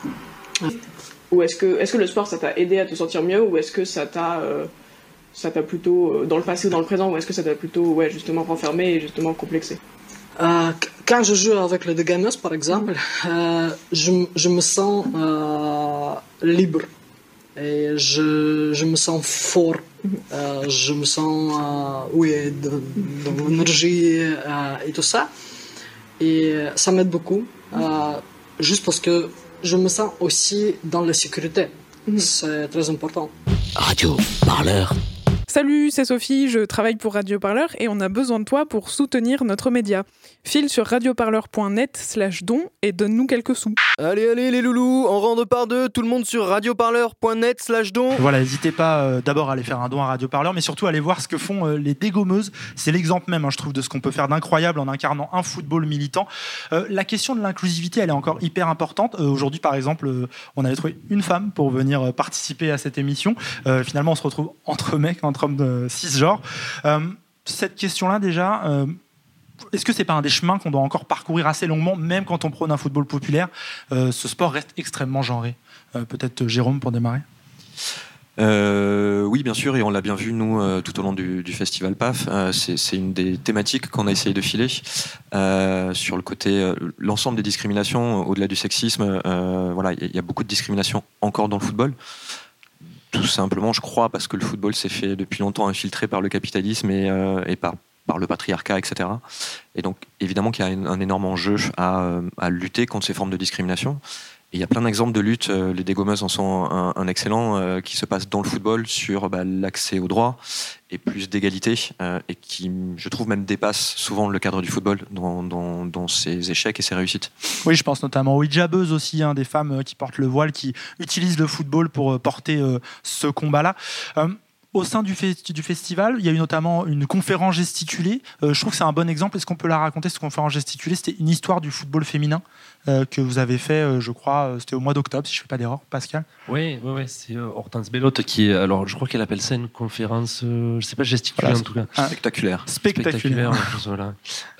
Ou est-ce que, est-ce que le sport, ça t'a aidé à te sentir mieux, ou est-ce que ça t'a, euh, ça t'a plutôt, dans le passé ou dans le présent, ou est-ce que ça t'a plutôt, ouais, justement, renfermé et justement complexé? Euh, quand je joue avec les Dégommeuses, par exemple, euh, je, je me sens euh, libre et je, je me sens fort. Euh, je me sens, euh, oui, de, de l'énergie euh, et tout ça. Et ça m'aide beaucoup, euh, juste parce que je me sens aussi dans la sécurité. C'est très important. Radio Parleur. Salut, c'est Sophie, je travaille pour Radio Parleur et on a besoin de toi pour soutenir notre média. File sur radioparleur.net slash don et donne-nous quelques sous. Allez, allez les loulous, on rentre par deux, tout le monde sur radioparleur.net slash don. Voilà, n'hésitez pas euh, d'abord à aller faire un don à Radio Parleur, mais surtout à aller voir ce que font euh, les Dégommeuses. C'est l'exemple même, hein, je trouve, de ce qu'on peut faire d'incroyable en incarnant un football militant. Euh, la question de l'inclusivité, elle est encore hyper importante. Euh, aujourd'hui, par exemple, euh, on avait trouvé une femme pour venir euh, participer à cette émission. Euh, finalement, on se retrouve entre mecs, entre hommes de cisgenres. Euh, cette question-là, déjà... Euh, Est-ce que c'est pas un des chemins qu'on doit encore parcourir assez longuement, même quand on prône un football populaire? euh, Ce sport reste extrêmement genré. Euh, peut-être Jérôme pour démarrer. Euh, oui, bien sûr, et on l'a bien vu, nous, euh, tout au long du, du festival P A F. Euh, c'est, c'est une des thématiques qu'on a essayé de filer euh, sur le côté, euh, l'ensemble des discriminations, au-delà du sexisme. Euh, voilà, il y, y a beaucoup de discriminations encore dans le football. Tout simplement, je crois, parce que le football s'est fait depuis longtemps infiltré par le capitalisme et, euh, et par par le patriarcat, et cetera. Et donc, évidemment qu'il y a un, un énorme enjeu à, à lutter contre ces formes de discrimination. Et il y a plein d'exemples de lutte, euh, les Dégommeuses en sont un, un excellent, euh, qui se passe dans le football sur bah, l'accès aux droits et plus d'égalité, euh, et qui, je trouve, même dépasse souvent le cadre du football dans, dans, dans ses échecs et ses réussites. Oui, je pense notamment aux hijabeuses aussi, hein, des femmes qui portent le voile, qui utilisent le football pour porter euh, ce combat-là. Euh, Au sein du, fe- du festival, il y a eu notamment une conférence gesticulée. Euh, je trouve que c'est un bon exemple. Est-ce qu'on peut la raconter, cette conférence gesticulée? C'était une histoire du football féminin euh, que vous avez fait, euh, je crois, c'était au mois d'octobre, si je ne fais pas d'erreur, Pascal. Oui, oui, oui, c'est euh, Hortense Bellotte qui est. Alors, je crois qu'elle appelle ça une conférence, euh, je ne sais pas, gesticulée voilà, en tout cas. Ah, spectaculaire. Spectaculaire. Spectaculaire, voilà.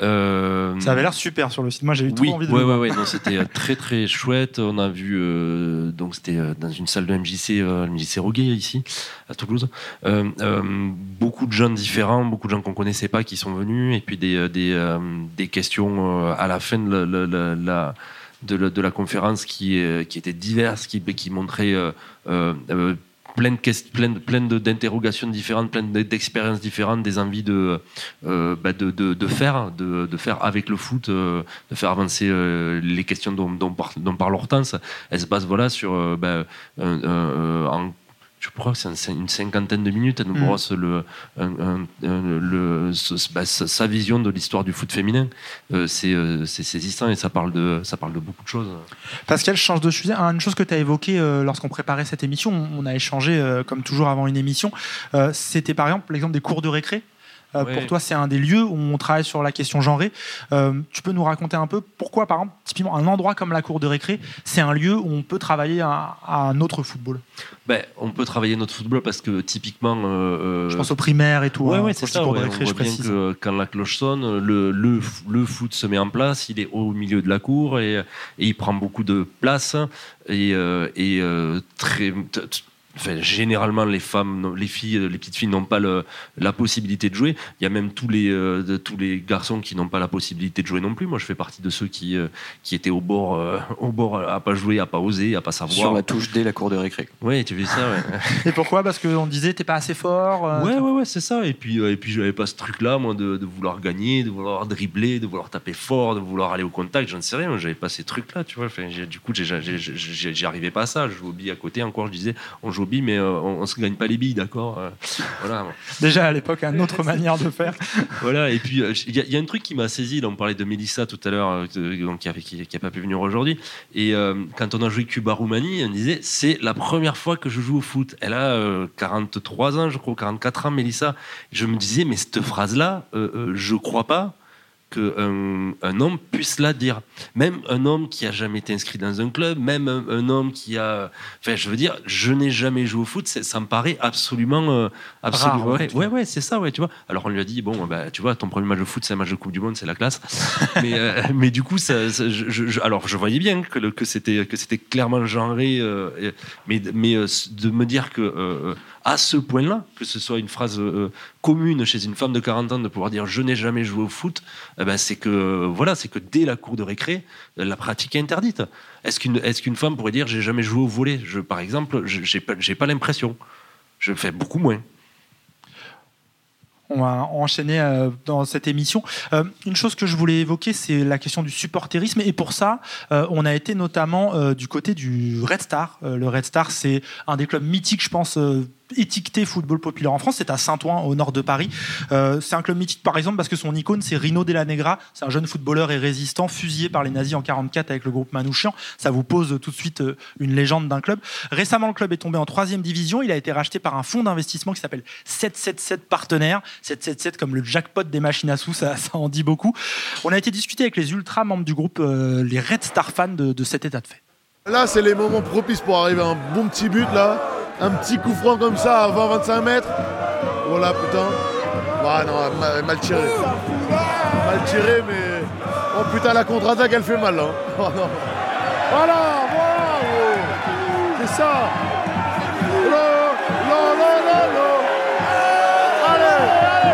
euh, Ça avait l'air super sur le site. Moi, j'ai eu trop oui, envie de ouais, le voir. Oui, oui, c'était très, très chouette. On a vu, euh, donc c'était dans une salle de M J C, euh, M J C Roguet, ici, à Toulouse. Euh, euh, beaucoup de gens différents, beaucoup de gens qu'on ne connaissait pas qui sont venus, et puis des, des, euh, des questions euh, à la fin de la, la, la, de, la, de la conférence qui, euh, qui étaient diverses, qui, qui montraient euh, euh, plein, de, plein, de, plein de, d'interrogations différentes, plein d'expériences différentes, des envies de, euh, bah de, de, de faire, de, de faire avec le foot, euh, de faire avancer euh, les questions dont, dont, dont parle Hortense. Elle se base voilà, sur euh, bah, un, un, en je crois que c'est une cinquantaine de minutes. Elle nous brosse le, un, un, un, le, ce, bah, sa vision de l'histoire du foot féminin. Euh, c'est, euh, c'est saisissant et ça parle, de, ça parle de beaucoup de choses. Pascal, je change de sujet. Une chose que tu as évoquée euh, lorsqu'on préparait cette émission, on a échangé euh, comme toujours avant une émission, euh, c'était par exemple l'exemple des cours de récré. Euh, Ouais. Pour toi, c'est un des lieux où on travaille sur la question genrée. Euh, tu peux nous raconter un peu pourquoi, par exemple, typiquement, un endroit comme la cour de récré, c'est un lieu où on peut travailler à, à notre football. Ben, on peut travailler notre football parce que typiquement. Euh, je pense aux primaires et tout. Ouais, hein, ouais, quand c'est je dis ça. cour de Ouais, récré, on je voit bien précise. que quand la cloche sonne, le, le, le foot se met en place, il est au milieu de la cour et, et il prend beaucoup de place. Et, euh, et euh, très. T- t- Enfin, généralement, les femmes, les filles, les petites filles n'ont pas le, la possibilité de jouer. Il y a même tous les, euh, de, tous les garçons qui n'ont pas la possibilité de jouer non plus. Moi, je fais partie de ceux qui, euh, qui étaient au bord, euh, au bord à pas jouer, à pas oser, à pas savoir. Sur la touche dès la cour de récré. Oui, tu fais ça. Ouais. Et pourquoi ? Parce qu'on disait t'es pas assez fort. Euh, Ouais, ouais, ouais, c'est ça. Et puis, euh, et puis, j'avais pas ce truc-là, moi, de, de vouloir gagner, de vouloir dribbler, de vouloir taper fort, de vouloir aller au contact. J'en sais rien. J'avais pas ces trucs-là, tu vois. Enfin, j'ai, du coup, j'ai, j'ai, j'ai, j'y arrivais pas à ça. Je joue au billes à côté. Encore, je disais, on joue au billes, mais euh, on, on se gagne pas les billes, d'accord. Euh, voilà. Déjà à l'époque, une autre manière de faire. Voilà. Et puis, il euh, y, y a un truc qui m'a saisi. Là, on parlait de Mélissa tout à l'heure, euh, donc qui, avait, qui, qui a pas pu venir aujourd'hui. Et euh, quand on a joué Cuba-Roumanie, on disait, c'est la première fois que je joue au foot. Elle a euh, quarante-trois ans, je crois, quarante-quatre ans, Mélissa. Je me disais, mais cette phrase-là, euh, euh, je crois pas qu'un un homme puisse la dire. Même un homme qui a jamais été inscrit dans un club, même un, un homme qui a... Enfin, je veux dire, je n'ai jamais joué au foot, ça me paraît absolument... Euh, absolument Rare, ouais, ouais, ouais, c'est ça, ouais, tu vois. Alors, on lui a dit, bon, bah, tu vois, ton premier match de foot, c'est un match de Coupe du Monde, c'est la classe. mais, euh, mais du coup, ça, ça, je, je, alors, je voyais bien que, le, que, c'était, que c'était clairement genré, euh, mais, mais euh, de me dire que... Euh, à ce point-là, que ce soit une phrase euh, commune chez une femme de quarante ans de pouvoir dire je n'ai jamais joué au foot, eh ben c'est que euh, voilà, c'est que dès la cour de récré, la pratique est interdite. Est-ce qu'une est-ce qu'une femme pourrait dire j'ai jamais joué au volley ? Je, par exemple, j'ai pas j'ai pas l'impression. Je fais beaucoup moins. On va enchaîner euh, dans cette émission. Euh, une chose que je voulais évoquer, c'est la question du supporterisme. Et pour ça, euh, on a été notamment euh, du côté du Red Star. Euh, le Red Star, c'est un des clubs mythiques, je pense, euh, étiqueté football populaire en France. C'est à Saint-Ouen, au nord de Paris. Euh, c'est un club mythique, par exemple, parce que son icône, c'est Rino Della Negra. C'est un jeune footballeur et résistant fusillé par les nazis en quarante-quatre avec le groupe Manouchian. Ça vous pose tout de suite euh, une légende d'un club. Récemment, le club est tombé en troisième division. Il a été racheté par un fonds d'investissement qui s'appelle sept cent soixante-sept Partenaires. sept cent soixante-sept comme le jackpot des machines à sous, ça, ça en dit beaucoup. On a été discuté avec les ultras membres du groupe, euh, les Red Star fans de, de cet état de fait. Là, c'est les moments propices pour arriver à un bon petit but, là. Un petit coup franc comme ça à vingt à vingt-cinq mètres. Voilà, putain. Ah non, mal, mal tiré. Mal tiré, mais... Oh putain, la contre-attaque, elle fait mal, là. Oh non. Voilà, voilà, oh. C'est ça. Non, non, non, non, non. Allez,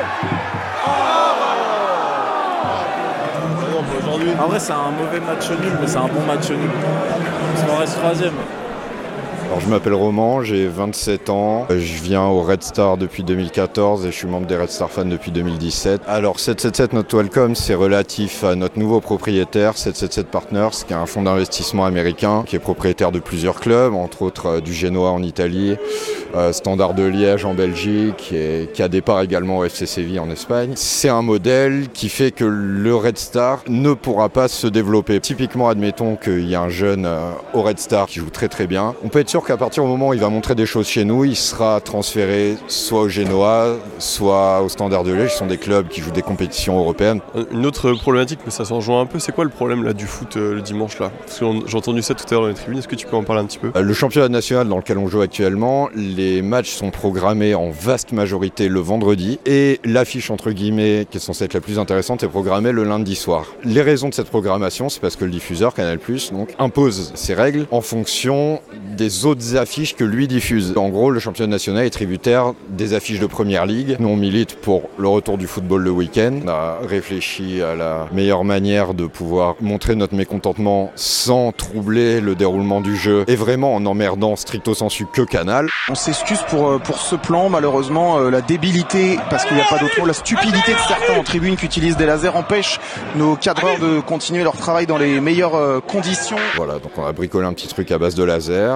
allez. En vrai, c'est un mauvais match nul, mais c'est un bon match nul. Parce qu'on reste troisième. Alors, je m'appelle Roman, j'ai vingt-sept ans, je viens au Red Star depuis deux mille quatorze et je suis membre des Red Star fans depuis deux mille dix-sept. Alors sept cent soixante-sept Not Welcome, c'est relatif à notre nouveau propriétaire, sept cent soixante-sept Partners, qui est un fonds d'investissement américain, qui est propriétaire de plusieurs clubs, entre autres euh, du Genoa en Italie, euh, Standard de Liège en Belgique, et qui a des parts également au F C Séville en Espagne. C'est un modèle qui fait que le Red Star ne pourra pas se développer. Typiquement, admettons qu'il y a un jeune euh, au Red Star qui joue très très bien. On peut être sûr qu'à partir du moment où il va montrer des choses chez nous, il sera transféré soit au Genoa, soit au Standard de Liège, qui sont des clubs qui jouent des compétitions européennes. Une autre problématique, mais ça s'en rejoint un peu, c'est quoi le problème là, du foot euh, le dimanche là ? Parce que j'ai entendu ça tout à l'heure dans les tribunes, est-ce que tu peux en parler un petit peu ? Le championnat national dans lequel on joue actuellement, les matchs sont programmés en vaste majorité le vendredi et l'affiche entre guillemets, qui est censée être la plus intéressante, est programmée le lundi soir. Les raisons de cette programmation, c'est parce que le diffuseur, Canal plus, donc, impose ses règles en fonction des autres affiches que lui diffuse. En gros, le championnat national est tributaire des affiches de première ligue. Nous, on milite pour le retour du football le week-end. On a réfléchi à la meilleure manière de pouvoir montrer notre mécontentement sans troubler le déroulement du jeu et vraiment en emmerdant stricto sensu que Canal. On s'excuse pour, pour ce plan, malheureusement, euh, la débilité, parce qu'il n'y a pas d'autre mot, la stupidité de certains en tribune qui utilisent des lasers empêche nos cadreurs de continuer leur travail dans les meilleures euh, conditions. Voilà, donc on a bricolé un petit truc à base de laser. On a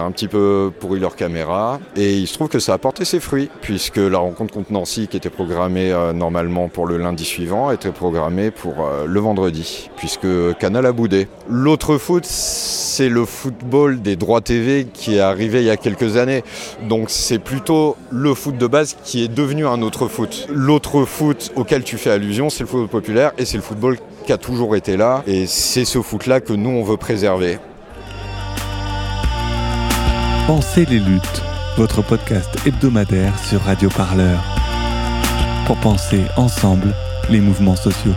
un petit peu pourri leur caméra. Et il se trouve que ça a porté ses fruits, puisque la rencontre contre Nancy, qui était programmée euh, normalement pour le lundi suivant, était programmée pour euh, le vendredi, puisque Canal a boudé. L'autre foot, c'est le football des droits T V qui est arrivé il y a quelques années. Donc c'est plutôt le foot de base qui est devenu un autre foot. L'autre foot auquel tu fais allusion, c'est le football populaire et c'est le football qui a toujours été là. Et c'est ce foot-là que nous, on veut préserver. Pensez les luttes, votre podcast hebdomadaire sur Radio Parleur. Pour penser ensemble les mouvements sociaux.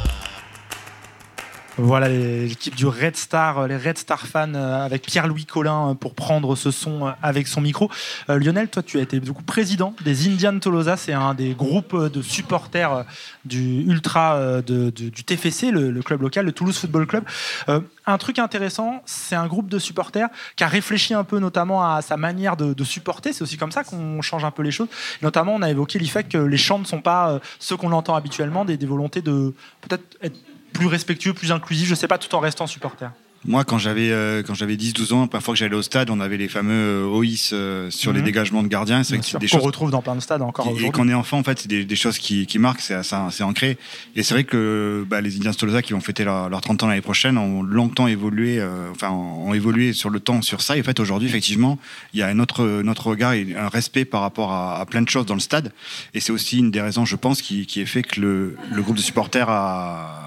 Voilà l'équipe du Red Star, les Red Star fans avec Pierre-Louis Collin pour prendre ce son avec son micro. Euh, Lionel, toi tu as été du coup président des Indians Tolosa, c'est un des groupes de supporters du Ultra de, de, du T F C, le, le club local, le Toulouse Football Club. Euh, un truc intéressant, c'est un groupe de supporters qui a réfléchi un peu notamment à sa manière de, de supporter. C'est aussi comme ça qu'on change un peu les choses. Et notamment, on a évoqué le fait que les chants ne sont pas ceux qu'on entend habituellement, des, des volontés de peut-être être plus respectueux, plus inclusif, je sais pas, tout en restant supporter. Moi, quand j'avais euh, quand j'avais dix douze ans, la première fois que j'allais au stade, on avait les fameux euh, O I S euh, sur mmh. les dégagements de gardiens. C'est sûr, des qu'on choses retrouve dans plein de stades encore et, aujourd'hui. Et quand on est enfant, en fait, c'est des, des choses qui, qui marquent, c'est, c'est, c'est ancré. Et c'est vrai que bah, les Indians Tolosa qui vont fêter leur, leur trente ans l'année prochaine ont longtemps évolué, euh, enfin, ont évolué sur le temps sur ça. Et en fait, aujourd'hui, effectivement, il y a un autre, notre regard et un respect par rapport à, à plein de choses dans le stade. Et c'est aussi une des raisons, je pense, qui, qui est fait que le, le groupe de supporters a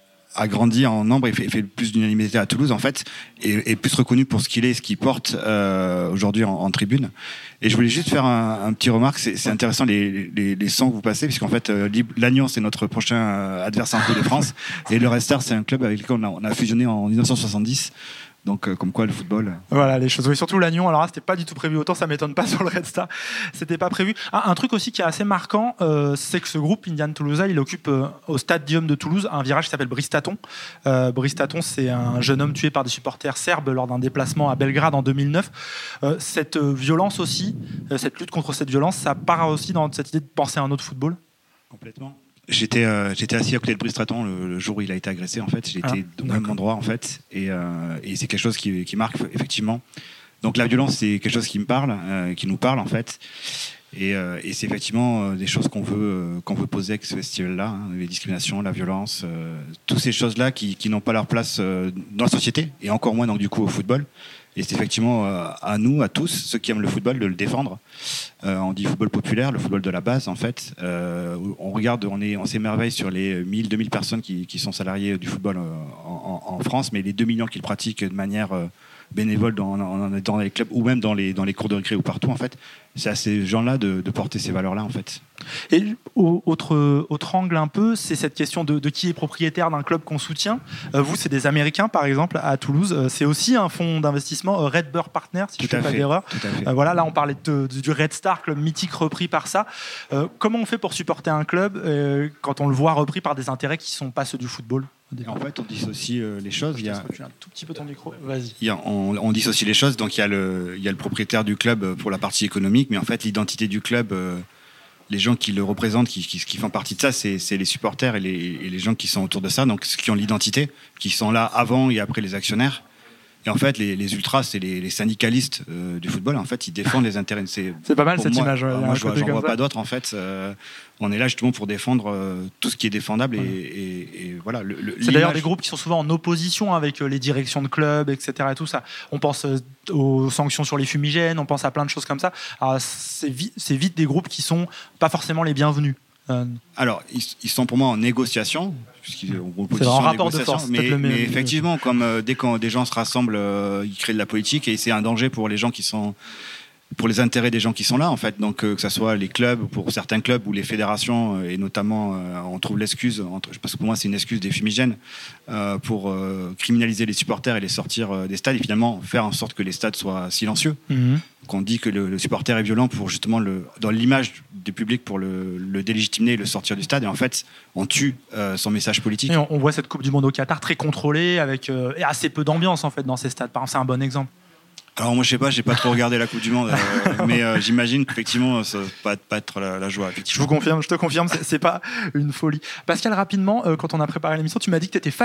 a grandi en nombre et fait, fait plus d'unanimité à Toulouse en fait, et, et plus reconnu pour ce qu'il est et ce qu'il porte euh, aujourd'hui en, en tribune. Et je voulais juste faire un, un petit remarque, c'est, c'est intéressant les, les, les sons que vous passez, puisqu'en fait euh, l'Agnon c'est notre prochain euh, adversaire en Coupe de France, et le Red Star c'est un club avec lequel on a, on a fusionné en dix-neuf cent soixante-dix. Donc, euh, comme quoi le football. Voilà les choses. Oui, surtout l'Agnon. Alors là, c'était pas du tout prévu. Autant ça m'étonne pas sur le Red Star. C'était pas prévu. Ah, un truc aussi qui est assez marquant, euh, c'est que ce groupe Indian Tolosa, il occupe euh, au Stadium de Toulouse un virage qui s'appelle Bristaton. Euh, Bristaton, c'est un jeune homme tué par des supporters serbes lors d'un déplacement à Belgrade en deux mille neuf. Euh, cette violence aussi, euh, cette lutte contre cette violence, ça part aussi dans cette idée de penser à un autre football. Complètement. J'étais, euh, j'étais assis à côté de Bristraton le, le jour où il a été agressé en fait. J'étais ah, au même endroit en fait, et, euh, et c'est quelque chose qui, qui marque effectivement. Donc la violence c'est quelque chose qui me parle, euh, qui nous parle en fait, et, euh, et c'est effectivement euh, des choses qu'on veut euh, qu'on veut poser avec ce festival-là, hein, les discriminations, la violence, euh, toutes ces choses-là qui, qui n'ont pas leur place euh, dans la société et encore moins donc du coup au football. Et c'est effectivement euh, à nous, à tous, ceux qui aiment le football, de le défendre. Euh, on dit football populaire, le football de la base, en fait. Euh, on regarde, on, est, on s'émerveille sur les mille, deux mille personnes qui, qui sont salariées du football euh, en, en France, mais les deux millions qui le pratiquent de manière euh, bénévole dans, dans, dans les clubs ou même dans les, dans les cours de récré ou partout, en fait. C'est à ces gens-là de, de porter ces valeurs-là, en fait. Et autre, autre angle un peu, c'est cette question de, de qui est propriétaire d'un club qu'on soutient. Euh, vous, c'est des Américains, par exemple, à Toulouse. Euh, c'est aussi un fonds d'investissement, euh, Redbird Partners, si Tout je ne fais pas fait. d'erreur. Euh, voilà, là, on parlait de, de, du Red Star, club mythique repris par ça. Euh, comment on fait pour supporter un club euh, quand on le voit repris par des intérêts qui ne sont pas ceux du football ? Et en fait, on dissocie euh, les choses. Je il y a un tout petit peu ton micro. Vas-y. Il y a, on, on dissocie les choses. Donc il y a le, il y a le propriétaire du club pour la partie économique, mais en fait, l'identité du club, euh, les gens qui le représentent, qui, qui, qui font partie de ça, c'est, c'est les supporters et les, et les gens qui sont autour de ça, donc ceux qui ont l'identité, qui sont là avant et après les actionnaires. Et en fait, les, les ultras, c'est les, les syndicalistes euh, du football. En fait, ils défendent les intérêts. C'est, c'est pas mal cette moi, image. Ouais, moi, je j'en vois ça. Pas d'autres. En fait, euh, on est là justement pour défendre euh, tout ce qui est défendable. Ouais. Et, et, et voilà. Le, le, c'est l'image... d'ailleurs des groupes qui sont souvent en opposition avec les directions de clubs, et cetera. Et tout ça. On pense aux sanctions sur les fumigènes. On pense à plein de choses comme ça. Alors, c'est, vi- c'est vite des groupes qui sont pas forcément les bienvenus. Euh... Alors, ils, ils sont pour moi en négociation. On c'est un rapport de force. Mais, le mais effectivement, comme euh, dès que des gens se rassemblent, euh, ils créent de la politique et c'est un danger pour les gens qui sont, pour les intérêts des gens qui sont là en fait. Donc euh, que ce soit les clubs, pour certains clubs ou les fédérations, euh, et notamment euh, on trouve l'excuse, entre, parce que pour moi c'est une excuse des fumigènes, euh, pour euh, criminaliser les supporters et les sortir euh, des stades et finalement faire en sorte que les stades soient silencieux. Mm-hmm. Qu'on dit que le, le supporter est violent pour justement le, dans l'image du public pour le, le délégitimer et le sortir du stade et en fait on tue euh, son message politique. Et on, on voit cette Coupe du Monde au Qatar très contrôlée avec euh, et assez peu d'ambiance en fait dans ces stades. Par exemple, c'est un bon exemple. Alors moi je sais pas, j'ai pas trop regardé la Coupe du Monde, euh, mais euh, j'imagine qu'effectivement ça va pas être la, la joie. Je vous confirme, je te confirme, c'est, c'est pas une folie. Pascal, rapidement, euh, quand on a préparé l'émission, tu m'as dit que tu étais fan du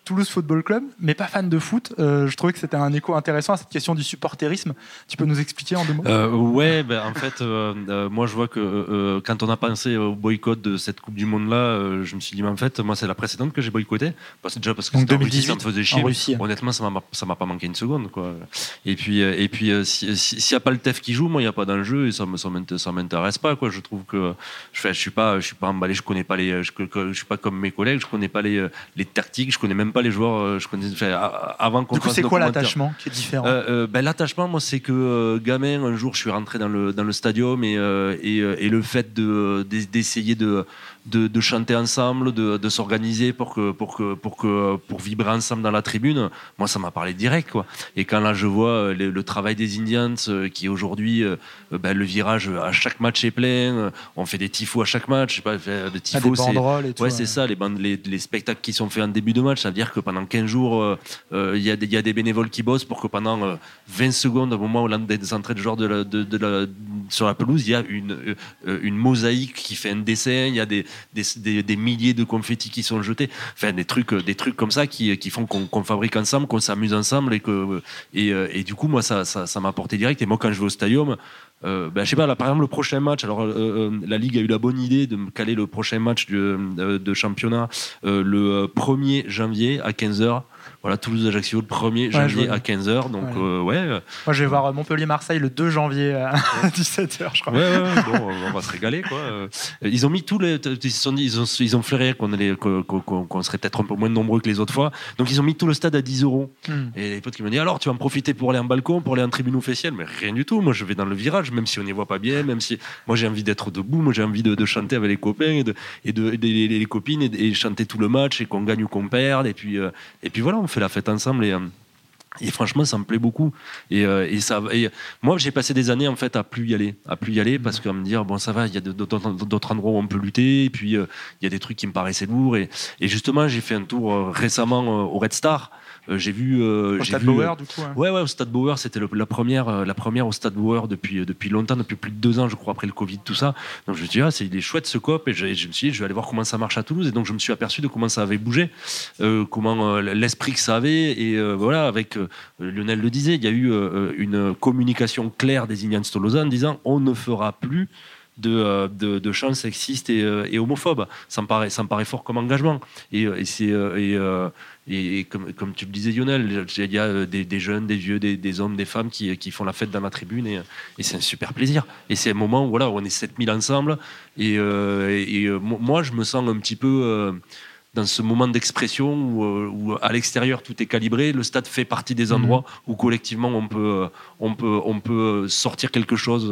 Toulouse Football Club, mais pas fan de foot. Euh, je trouvais que c'était un écho intéressant à cette question du supporterisme. Tu peux nous expliquer en deux mots ? euh, Ouais, ben, en fait, euh, euh, moi je vois que euh, quand on a pensé au boycott de cette Coupe du Monde-là, euh, je me suis dit, mais en fait, moi c'est la précédente que j'ai boycotté. Parce, déjà parce que Donc c'était deux mille dix-huit, en Russie, ça me faisait chier. en Russie. Honnêtement, ça m'a, ça m'a pas manqué une seconde. Quoi. Et puis, euh, et puis euh, si, si, s'il n'y a pas le T E F qui joue, moi il n'y a pas d'enjeu et ça ne ça m'intéresse, ça m'intéresse pas. Quoi. Je trouve que je ne suis pas, je suis pas emballé, je ne connais pas les. Je ne suis pas comme mes collègues, je ne connais pas les, les tactiques, je ne connais même pas les joueurs. Je connais, enfin, avant qu'on du coup, fasse c'est nos quoi commentaires. l'attachement qui est différent euh, euh, ben, L'attachement, moi, c'est que euh, gamin, un jour, je suis rentré dans le, dans le stadium et, euh, et, et le fait de, d'essayer de, de, de chanter ensemble, de, de s'organiser pour, que, pour, que, pour, que, pour vibrer ensemble dans la tribune, moi, ça m'a parlé direct. Quoi. Et quand là, je vois le, le travail des Indians euh, qui aujourd'hui, euh, ben, le virage à chaque match est plein, euh, on fait des tifos à chaque match. Je sais pas, le tifo, ah, des c'est, banderoles et tout, ouais, ouais. c'est ça, les, bandes, les, les spectacles qui sont faits en début de match, ça veut dire que pendant quinze jours, il euh, euh, y, y a des bénévoles qui bossent pour que pendant euh, vingt secondes, au moment où l'un des entrées de joueurs de la, de, de la, sur la pelouse, il y a une, euh, une mosaïque qui fait un dessin, il y a des, des, des, des milliers de confettis qui sont jetés, enfin des trucs, des trucs comme ça qui, qui font qu'on, qu'on fabrique ensemble, qu'on s'amuse ensemble et que et, et du coup moi ça, ça, ça m'a porté direct. Et moi quand je vais au stadium, Euh, ben, je sais pas, là, par exemple, le prochain match, alors euh, euh, la Ligue a eu la bonne idée de me caler le prochain match de, de, de championnat euh, le premier janvier à quinze heures. Voilà, Toulouse-Ajaccio le premier janvier ouais, à quinze heures. Donc, ouais. Euh, ouais. Moi, je vais voir Montpellier-Marseille le deux janvier à dix-sept heures, je crois. Ouais, ouais, bon, on va se régaler, quoi. Ils ont mis tous les. Ils, sont dit, ils, ont, ils ont flairé qu'on, allait, qu'on, qu'on, qu'on serait peut-être un peu moins nombreux que les autres fois. Donc, ils ont mis tout le stade à dix euros. Mm. Et les potes qui m'ont dit alors, tu vas en profiter pour aller en balcon, pour aller en tribune officielle. Mais rien du tout. Moi, je vais dans le virage, même si on n'y voit pas bien, même si. Moi, j'ai envie d'être debout, moi, j'ai envie de, de chanter avec les copains et, de, et, de, et de, les, les copines et, et chanter tout le match et qu'on gagne ou qu'on perde. Et puis, euh, et puis voilà, on fait la fête ensemble. Et, et franchement ça me plaît beaucoup et, euh, et ça et moi j'ai passé des années en fait à plus y aller à plus y aller parce qu'à me dire bon ça va il y a d'autres, d'autres endroits où on peut lutter et puis euh, il y a des trucs qui me paraissaient lourds et, et justement j'ai fait un tour euh, récemment euh, au Red Star. Euh, j'ai vu euh, au j'ai Stade vu, Bauer du coup hein. ouais ouais au Stade Bauer c'était le, la première euh, la première au Stade Bauer depuis depuis longtemps, depuis plus de deux ans je crois, après le Covid tout ça. Donc je me suis dit ah c'est il est chouette ce cop et je, je me suis dit je vais aller voir comment ça marche à Toulouse et donc je me suis aperçu de comment ça avait bougé, euh, comment euh, l'esprit que ça avait et euh, voilà avec euh, Lionel le disait, il y a eu euh, une communication claire des Indians Tolosa en disant on ne fera plus de, de, de chants sexistes et, et homophobes. Ça me paraît, ça me paraît fort comme engagement. Et, et, c'est, et, et, et comme, comme tu le disais Lionel, il y a des, des jeunes, des vieux, des, des hommes, des femmes qui, qui font la fête dans la tribune et, et c'est un super plaisir. Et c'est un moment où voilà, on est sept mille ensemble et, et, et moi je me sens un petit peu... dans ce moment d'expression où, où à l'extérieur tout est calibré, le stade fait partie des endroits où collectivement on peut, on peut, on peut sortir quelque chose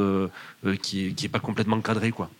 qui n'est pas complètement cadré, quoi.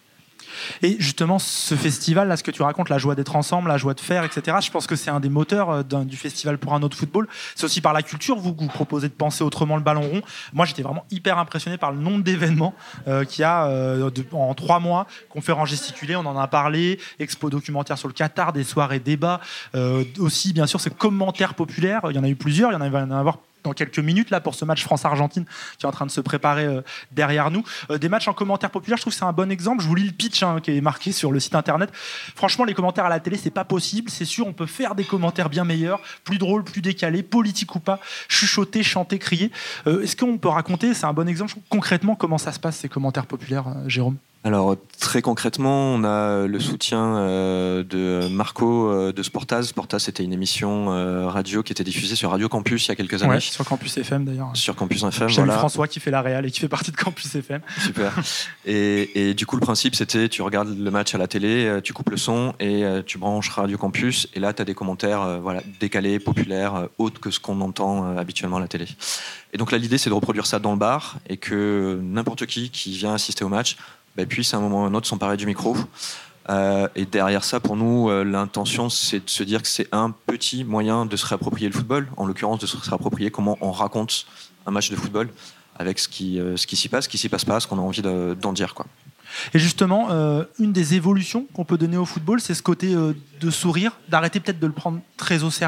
Et justement, ce festival, là, ce que tu racontes, la joie d'être ensemble, la joie de faire, et cetera, je pense que c'est un des moteurs d'un, du festival pour un autre football. C'est aussi par la culture, vous, que vous proposez de penser autrement le ballon rond. Moi, j'étais vraiment hyper impressionné par le nombre d'événements euh, qu'il y a euh, de, en trois mois. Conférences gesticulées, on en a parlé, expo documentaire sur le Qatar, des soirées débats, euh, aussi, bien sûr, ces commentaires populaires. Il y en a eu plusieurs, il y en va y en avoir dans quelques minutes là pour ce match France-Argentine qui est en train de se préparer euh, derrière nous. Euh, des matchs en commentaire populaire, je trouve que c'est un bon exemple. Je vous lis le pitch hein, qui est marqué sur le site internet. Franchement, les commentaires à la télé, c'est pas possible. C'est sûr, on peut faire des commentaires bien meilleurs, plus drôles, plus décalés, politiques ou pas, chuchoter, chanter, crier. Euh, est-ce qu'on peut raconter, c'est un bon exemple, concrètement, comment ça se passe ces commentaires populaires, euh, Jérôme ? Alors très concrètement, on a le soutien euh, de Marco euh, de Sportaz. Sportaz, c'était une émission euh, radio qui était diffusée sur Radio Campus il y a quelques années. Ouais, sur Campus F M d'ailleurs. Sur Campus F M, J'ai voilà. François qui fait la réal et qui fait partie de Campus F M. Super. Et, et du coup, le principe, c'était tu regardes le match à la télé, tu coupes le son et tu branches Radio Campus. Et là, tu as des commentaires euh, voilà, décalés, populaires, euh, autres que ce qu'on entend euh, habituellement à la télé. Et donc là, l'idée, c'est de reproduire ça dans le bar et que n'importe qui qui vient assister au match bah, puisse à un moment ou à un autre s'emparer du micro. Euh, et derrière ça, pour nous, euh, l'intention, c'est de se dire que c'est un petit moyen de se réapproprier le football, en l'occurrence de se réapproprier comment on raconte un match de football avec ce qui, euh, ce qui s'y passe, ce qui s'y passe pas, ce qu'on a envie de, d'en dire, quoi. Et justement, euh, une des évolutions qu'on peut donner au football, c'est ce côté euh, de sourire, d'arrêter peut-être de le prendre très au sérieux.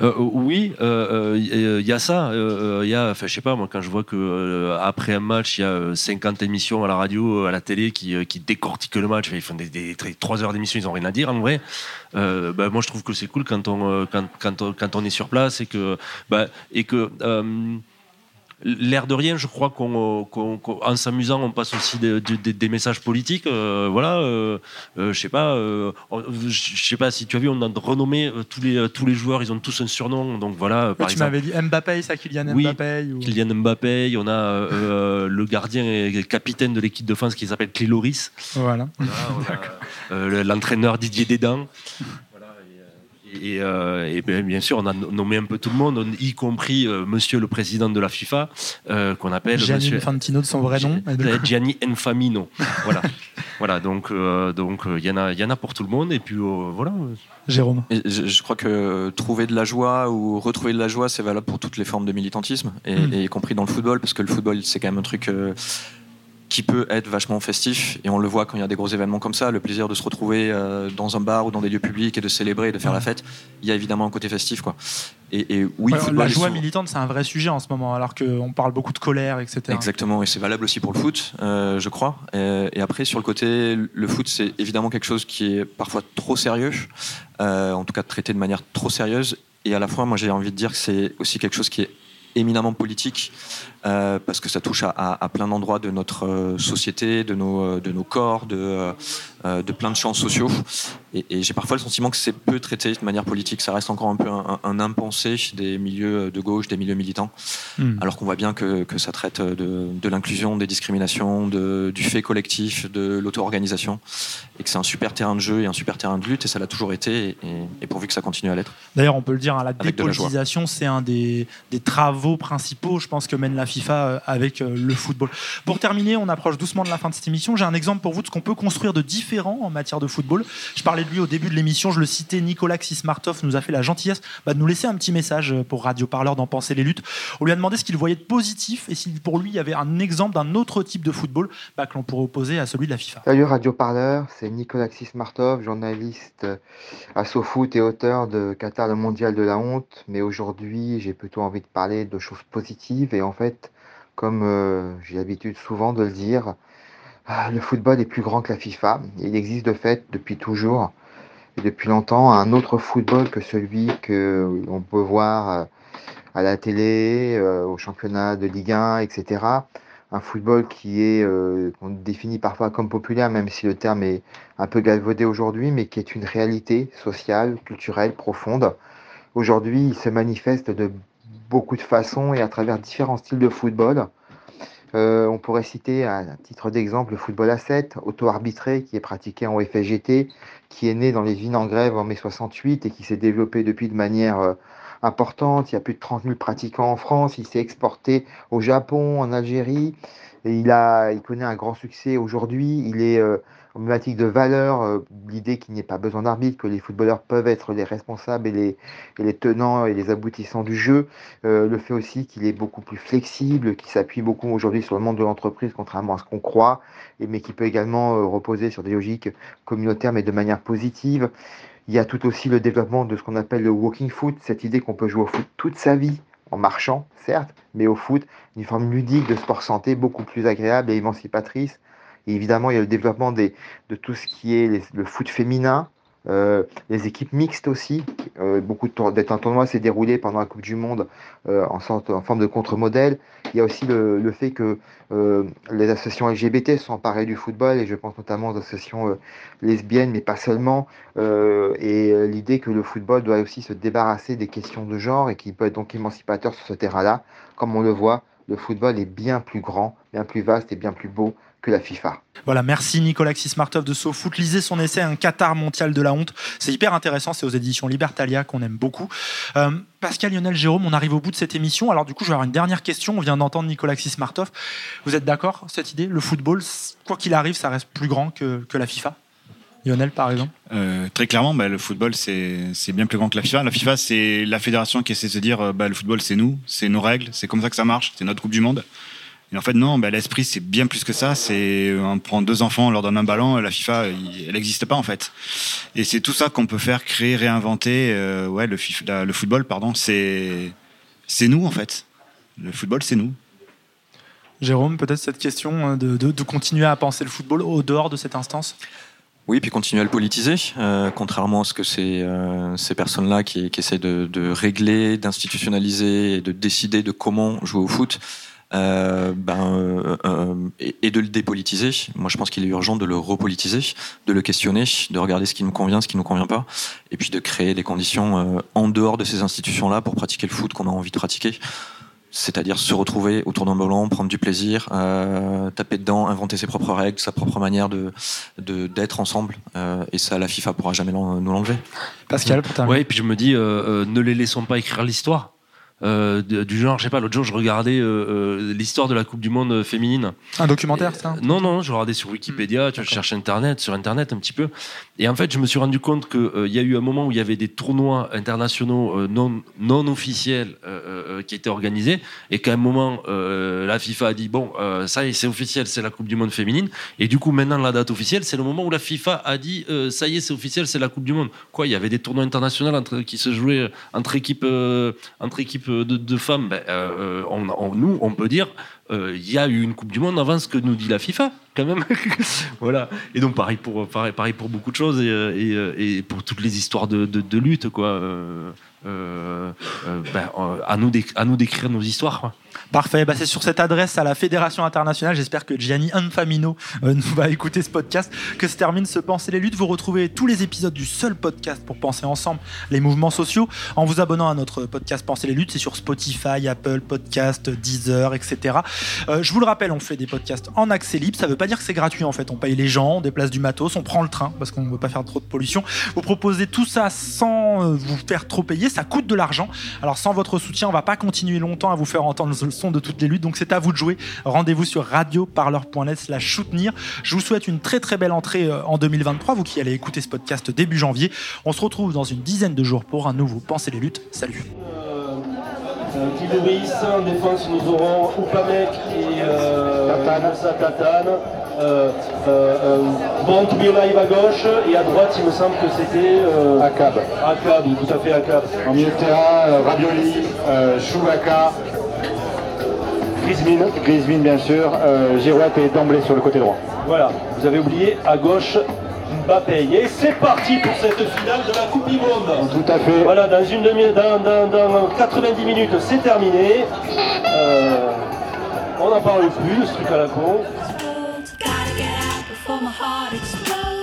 Euh, oui, il euh, euh, y a ça. Il euh, y a, enfin, je sais pas, moi, quand je vois que euh, après un match, il y a cinquante émissions à la radio, à la télé qui, qui décortiquent le match. Ils font des, des, des trois heures d'émission, ils ont rien à dire en vrai. Euh, bah, moi, je trouve que c'est cool quand on, quand, quand, on, quand on est sur place et que, bah, et que euh, l'air de rien, je crois qu'en qu'on, qu'on, s'amusant, on passe aussi des, des, des messages politiques. Euh, voilà, euh, euh, je sais pas, euh, je sais pas si tu as vu, on a renommé euh, tous les tous les joueurs, ils ont tous un surnom. Donc voilà, ouais, par tu exemple. m'avais dit Mbappé, ça, Kylian oui, Mbappé. Ou... Kylian Mbappé. On a euh, le gardien et capitaine de l'équipe de France qui s'appelle Cléloris. Voilà. voilà on a, euh, l'entraîneur Didier Deschamps. Et, euh, et bien, bien sûr, on a nommé un peu tout le monde, y compris euh, Monsieur le président de la FIFA, euh, qu'on appelle Gianni Monsieur Infantino de son vrai nom. Gianni Infamino. voilà. Voilà. Donc, euh, donc, il euh, y en a, il y en a pour tout le monde. Et puis, euh, voilà. Jérôme. Et je, je crois que trouver de la joie ou retrouver de la joie, c'est valable pour toutes les formes de militantisme, et, mmh. et y compris dans le football, parce que le football, c'est quand même un truc. Euh, qui peut être vachement festif, et on le voit quand il y a des gros événements comme ça, le plaisir de se retrouver euh, dans un bar ou dans des lieux publics et de célébrer et de faire ouais. la fête, il y a évidemment un côté festif, quoi. Et, et oui, ouais, le football la joie souvent... militante, c'est un vrai sujet en ce moment, alors qu'on parle beaucoup de colère, et cetera. Exactement, et c'est valable aussi pour le foot, euh, je crois. Et, et après, sur le côté, le foot, c'est évidemment quelque chose qui est parfois trop sérieux, euh, en tout cas traité de manière trop sérieuse, et à la fois, moi j'ai envie de dire que c'est aussi quelque chose qui est éminemment politique, euh, parce que ça touche à, à, à plein d'endroits de notre euh, société, de nos, de nos corps, de, euh, de plein de champs sociaux. Et, et j'ai parfois le sentiment que c'est peu traité de manière politique. Ça reste encore un peu un, un impensé des milieux de gauche, des milieux militants, mmh. alors qu'on voit bien que, que ça traite de, de l'inclusion, des discriminations, de, du fait collectif, de l'auto-organisation, et que c'est un super terrain de jeu et un super terrain de lutte, et ça l'a toujours été, et, et pourvu que ça continue à l'être. D'ailleurs, on peut le dire, hein, la dépolitisation, c'est un des, des travaux principaux, je pense, que mène la FIFA avec le football. Pour terminer, on approche doucement de la fin de cette émission. J'ai un exemple pour vous de ce qu'on peut construire de différent en matière de football. Je parlais de lui au début de l'émission, je le citais, Nicolas Xismartov nous a fait la gentillesse bah, de nous laisser un petit message pour Radio Parleur d'en penser les luttes. On lui a demandé ce qu'il voyait de positif et si pour lui il y avait un exemple d'un autre type de football bah, que l'on pourrait opposer à celui de la FIFA. Salut Radio Parleur, c'est Nicolas Xismartov, journaliste à SoFoot et auteur de Qatar le mondial de la honte. Mais aujourd'hui, j'ai plutôt envie de parler de choses positives. Et en fait, comme euh, j'ai l'habitude souvent de le dire, euh, le football est plus grand que la FIFA. Il existe de fait depuis toujours et depuis longtemps un autre football que celui que l'on peut voir euh, à la télé, euh, au championnat de Ligue un, et cetera. Un football qui est, euh, qu'on définit parfois comme populaire, même si le terme est un peu galvaudé aujourd'hui, mais qui est une réalité sociale, culturelle, profonde. Aujourd'hui, il se manifeste de beaucoup de façons et à travers différents styles de football. Euh, on pourrait citer à titre d'exemple le football à sept, auto-arbitré, qui est pratiqué en F S G T, qui est né dans les usines en grève en mai soixante-huit et qui s'est développé depuis de manière euh, importante. Il y a plus de trente mille pratiquants en France, il s'est exporté au Japon, en Algérie, et il, a, il connaît un grand succès aujourd'hui. Il est euh, emblématique de valeur, euh, l'idée qu'il n'y ait pas besoin d'arbitre, que les footballeurs peuvent être les responsables et les, et les tenants et les aboutissants du jeu. Euh, le fait aussi qu'il est beaucoup plus flexible, qu'il s'appuie beaucoup aujourd'hui sur le monde de l'entreprise, contrairement à ce qu'on croit, et, mais qui peut également euh, reposer sur des logiques communautaires, mais de manière positive. Il y a tout aussi le développement de ce qu'on appelle le walking foot, cette idée qu'on peut jouer au foot toute sa vie, en marchant, certes, mais au foot, une forme ludique de sport santé beaucoup plus agréable et émancipatrice. Et évidemment, il y a le développement des, de tout ce qui est les, le foot féminin, euh, les équipes mixtes aussi. Euh, beaucoup de tour, d'être un tournoi s'est déroulé pendant la Coupe du Monde euh, en, sorte, en forme de contre-modèle. Il y a aussi le, le fait que euh, les associations L G B T sont emparées du football, et je pense notamment aux associations euh, lesbiennes, mais pas seulement. Euh, et euh, l'idée que le football doit aussi se débarrasser des questions de genre et qu'il peut être donc émancipateur sur ce terrain-là. Comme on le voit, le football est bien plus grand, bien plus vaste et bien plus beau que la FIFA. Voilà, merci Nicolas Xismartov de SoFoot. Lisez son essai Un Qatar mondial de la honte. C'est hyper intéressant, c'est aux éditions Libertalia qu'on aime beaucoup. Euh, Pascal, Lionel, Jérôme, on arrive au bout de cette émission. Alors du coup, je vais avoir une dernière question. On vient d'entendre Nicolas Xismartov. Vous êtes d'accord, cette idée ? Le football, quoi qu'il arrive, ça reste plus grand que, que la FIFA ? Lionel, par exemple ? euh, Très clairement, bah, le football, c'est, c'est bien plus grand que la FIFA. La FIFA, c'est la fédération qui essaie de se dire bah, le football, c'est nous, c'est nos règles, c'est comme ça que ça marche, c'est notre Coupe du Monde. Et en fait, non, bah, l'esprit, c'est bien plus que ça. C'est, on prend deux enfants, on leur donne un ballon, la FIFA, il, elle n'existe pas, en fait. Et c'est tout ça qu'on peut faire, créer, réinventer. Euh, ouais, le, FIFA, le football, pardon, c'est, c'est nous, en fait. Le football, c'est nous. Jérôme, peut-être cette question de, de, de continuer à penser le football au dehors de cette instance ? Oui, puis continuer à le politiser, euh, contrairement à ce que ces, euh, ces personnes-là qui, qui essaient de, de régler, d'institutionnaliser et de décider de comment jouer au foot, Euh, ben, euh, euh, et, et de le dépolitiser. Moi, je pense qu'il est urgent de le repolitiser, de le questionner, de regarder ce qui nous convient, ce qui nous convient pas, et puis de créer des conditions euh, en dehors de ces institutions-là pour pratiquer le foot qu'on a envie de pratiquer. C'est-à-dire se retrouver autour d'un ballon, prendre du plaisir, euh, taper dedans, inventer ses propres règles, sa propre manière de, de d'être ensemble. Euh, et ça, la FIFA pourra jamais nous l'enlever. Pascal, pour terminer. Ouais, et puis je me dis, euh, euh, ne les laissons pas écrire l'histoire. Euh, de, du genre, je sais pas, l'autre jour je regardais euh, euh, l'histoire de la Coupe du Monde féminine. Un documentaire, ça ? Non, non, je regardais sur Wikipédia, tu vois, je cherchais internet, sur internet un petit peu. Et en fait, je me suis rendu compte qu'il euh, y a eu un moment où il y avait des tournois internationaux euh, non, non officiels euh, euh, qui étaient organisés, et qu'à un moment, euh, la FIFA a dit, bon, euh, ça y est, c'est officiel, c'est la Coupe du Monde féminine. Et du coup, maintenant, la date officielle, c'est le moment où la FIFA a dit, euh, ça y est, c'est officiel, c'est la Coupe du Monde. Quoi, il y avait des tournois internationaux entre, qui se jouaient entre équipes, euh, entre équipes De, de femmes, ben, euh, on, on, nous, on peut dire il euh, y a eu une Coupe du Monde avant ce que nous dit la FIFA, quand même. Voilà. Et donc, pareil pour, pareil, pareil pour beaucoup de choses et, et, et pour toutes les histoires de, de, de lutte, quoi. Euh, euh, euh, ben, à, nous à nous d'écrire nos histoires, quoi. Parfait, bah c'est sur cette adresse à la Fédération internationale, j'espère que Gianni Infamino euh, nous va écouter ce podcast, que se termine ce Penser les luttes. Vous retrouvez tous les épisodes du seul podcast pour penser ensemble les mouvements sociaux en vous abonnant à notre podcast Penser les luttes. C'est sur Spotify, Apple Podcast, Deezer, et cetera. Euh, je vous le rappelle, on fait des podcasts en accès libre, ça veut pas dire que c'est gratuit en fait, on paye les gens, on déplace du matos, on prend le train parce qu'on veut pas faire trop de pollution. Vous proposez tout ça sans euh, vous faire trop payer, ça coûte de l'argent. Alors sans votre soutien, on va pas continuer longtemps à vous faire entendre le son de toutes les luttes, donc c'est à vous de jouer. Rendez-vous sur radioparleur point net slash soutenir. Je vous souhaite une très très belle entrée en deux mille vingt-trois, vous qui allez écouter ce podcast début janvier. On se retrouve dans une dizaine de jours pour un nouveau Penser les luttes. Salut. Euh, qui nourrissent. En défense, nous aurons Upamek et euh, Moussa Tatane. Euh, euh, euh, Brandt Biolaïv à gauche et à droite, il me semble que c'était euh, Akab. Akab, tout à fait Akab. En milieu de terrain, euh, Rabioli, euh, Chouaka. Griezmann, Griezmann bien sûr, euh, Girouette est d'emblée sur le côté droit. Voilà, vous avez oublié, à gauche, Mbappé. Et c'est parti pour cette finale de la Coupe du Monde. Tout à fait. Voilà, dans une demi, dans, dans, dans quatre-vingt-dix minutes, c'est terminé. Euh, on n'en parle plus de ce truc à la con.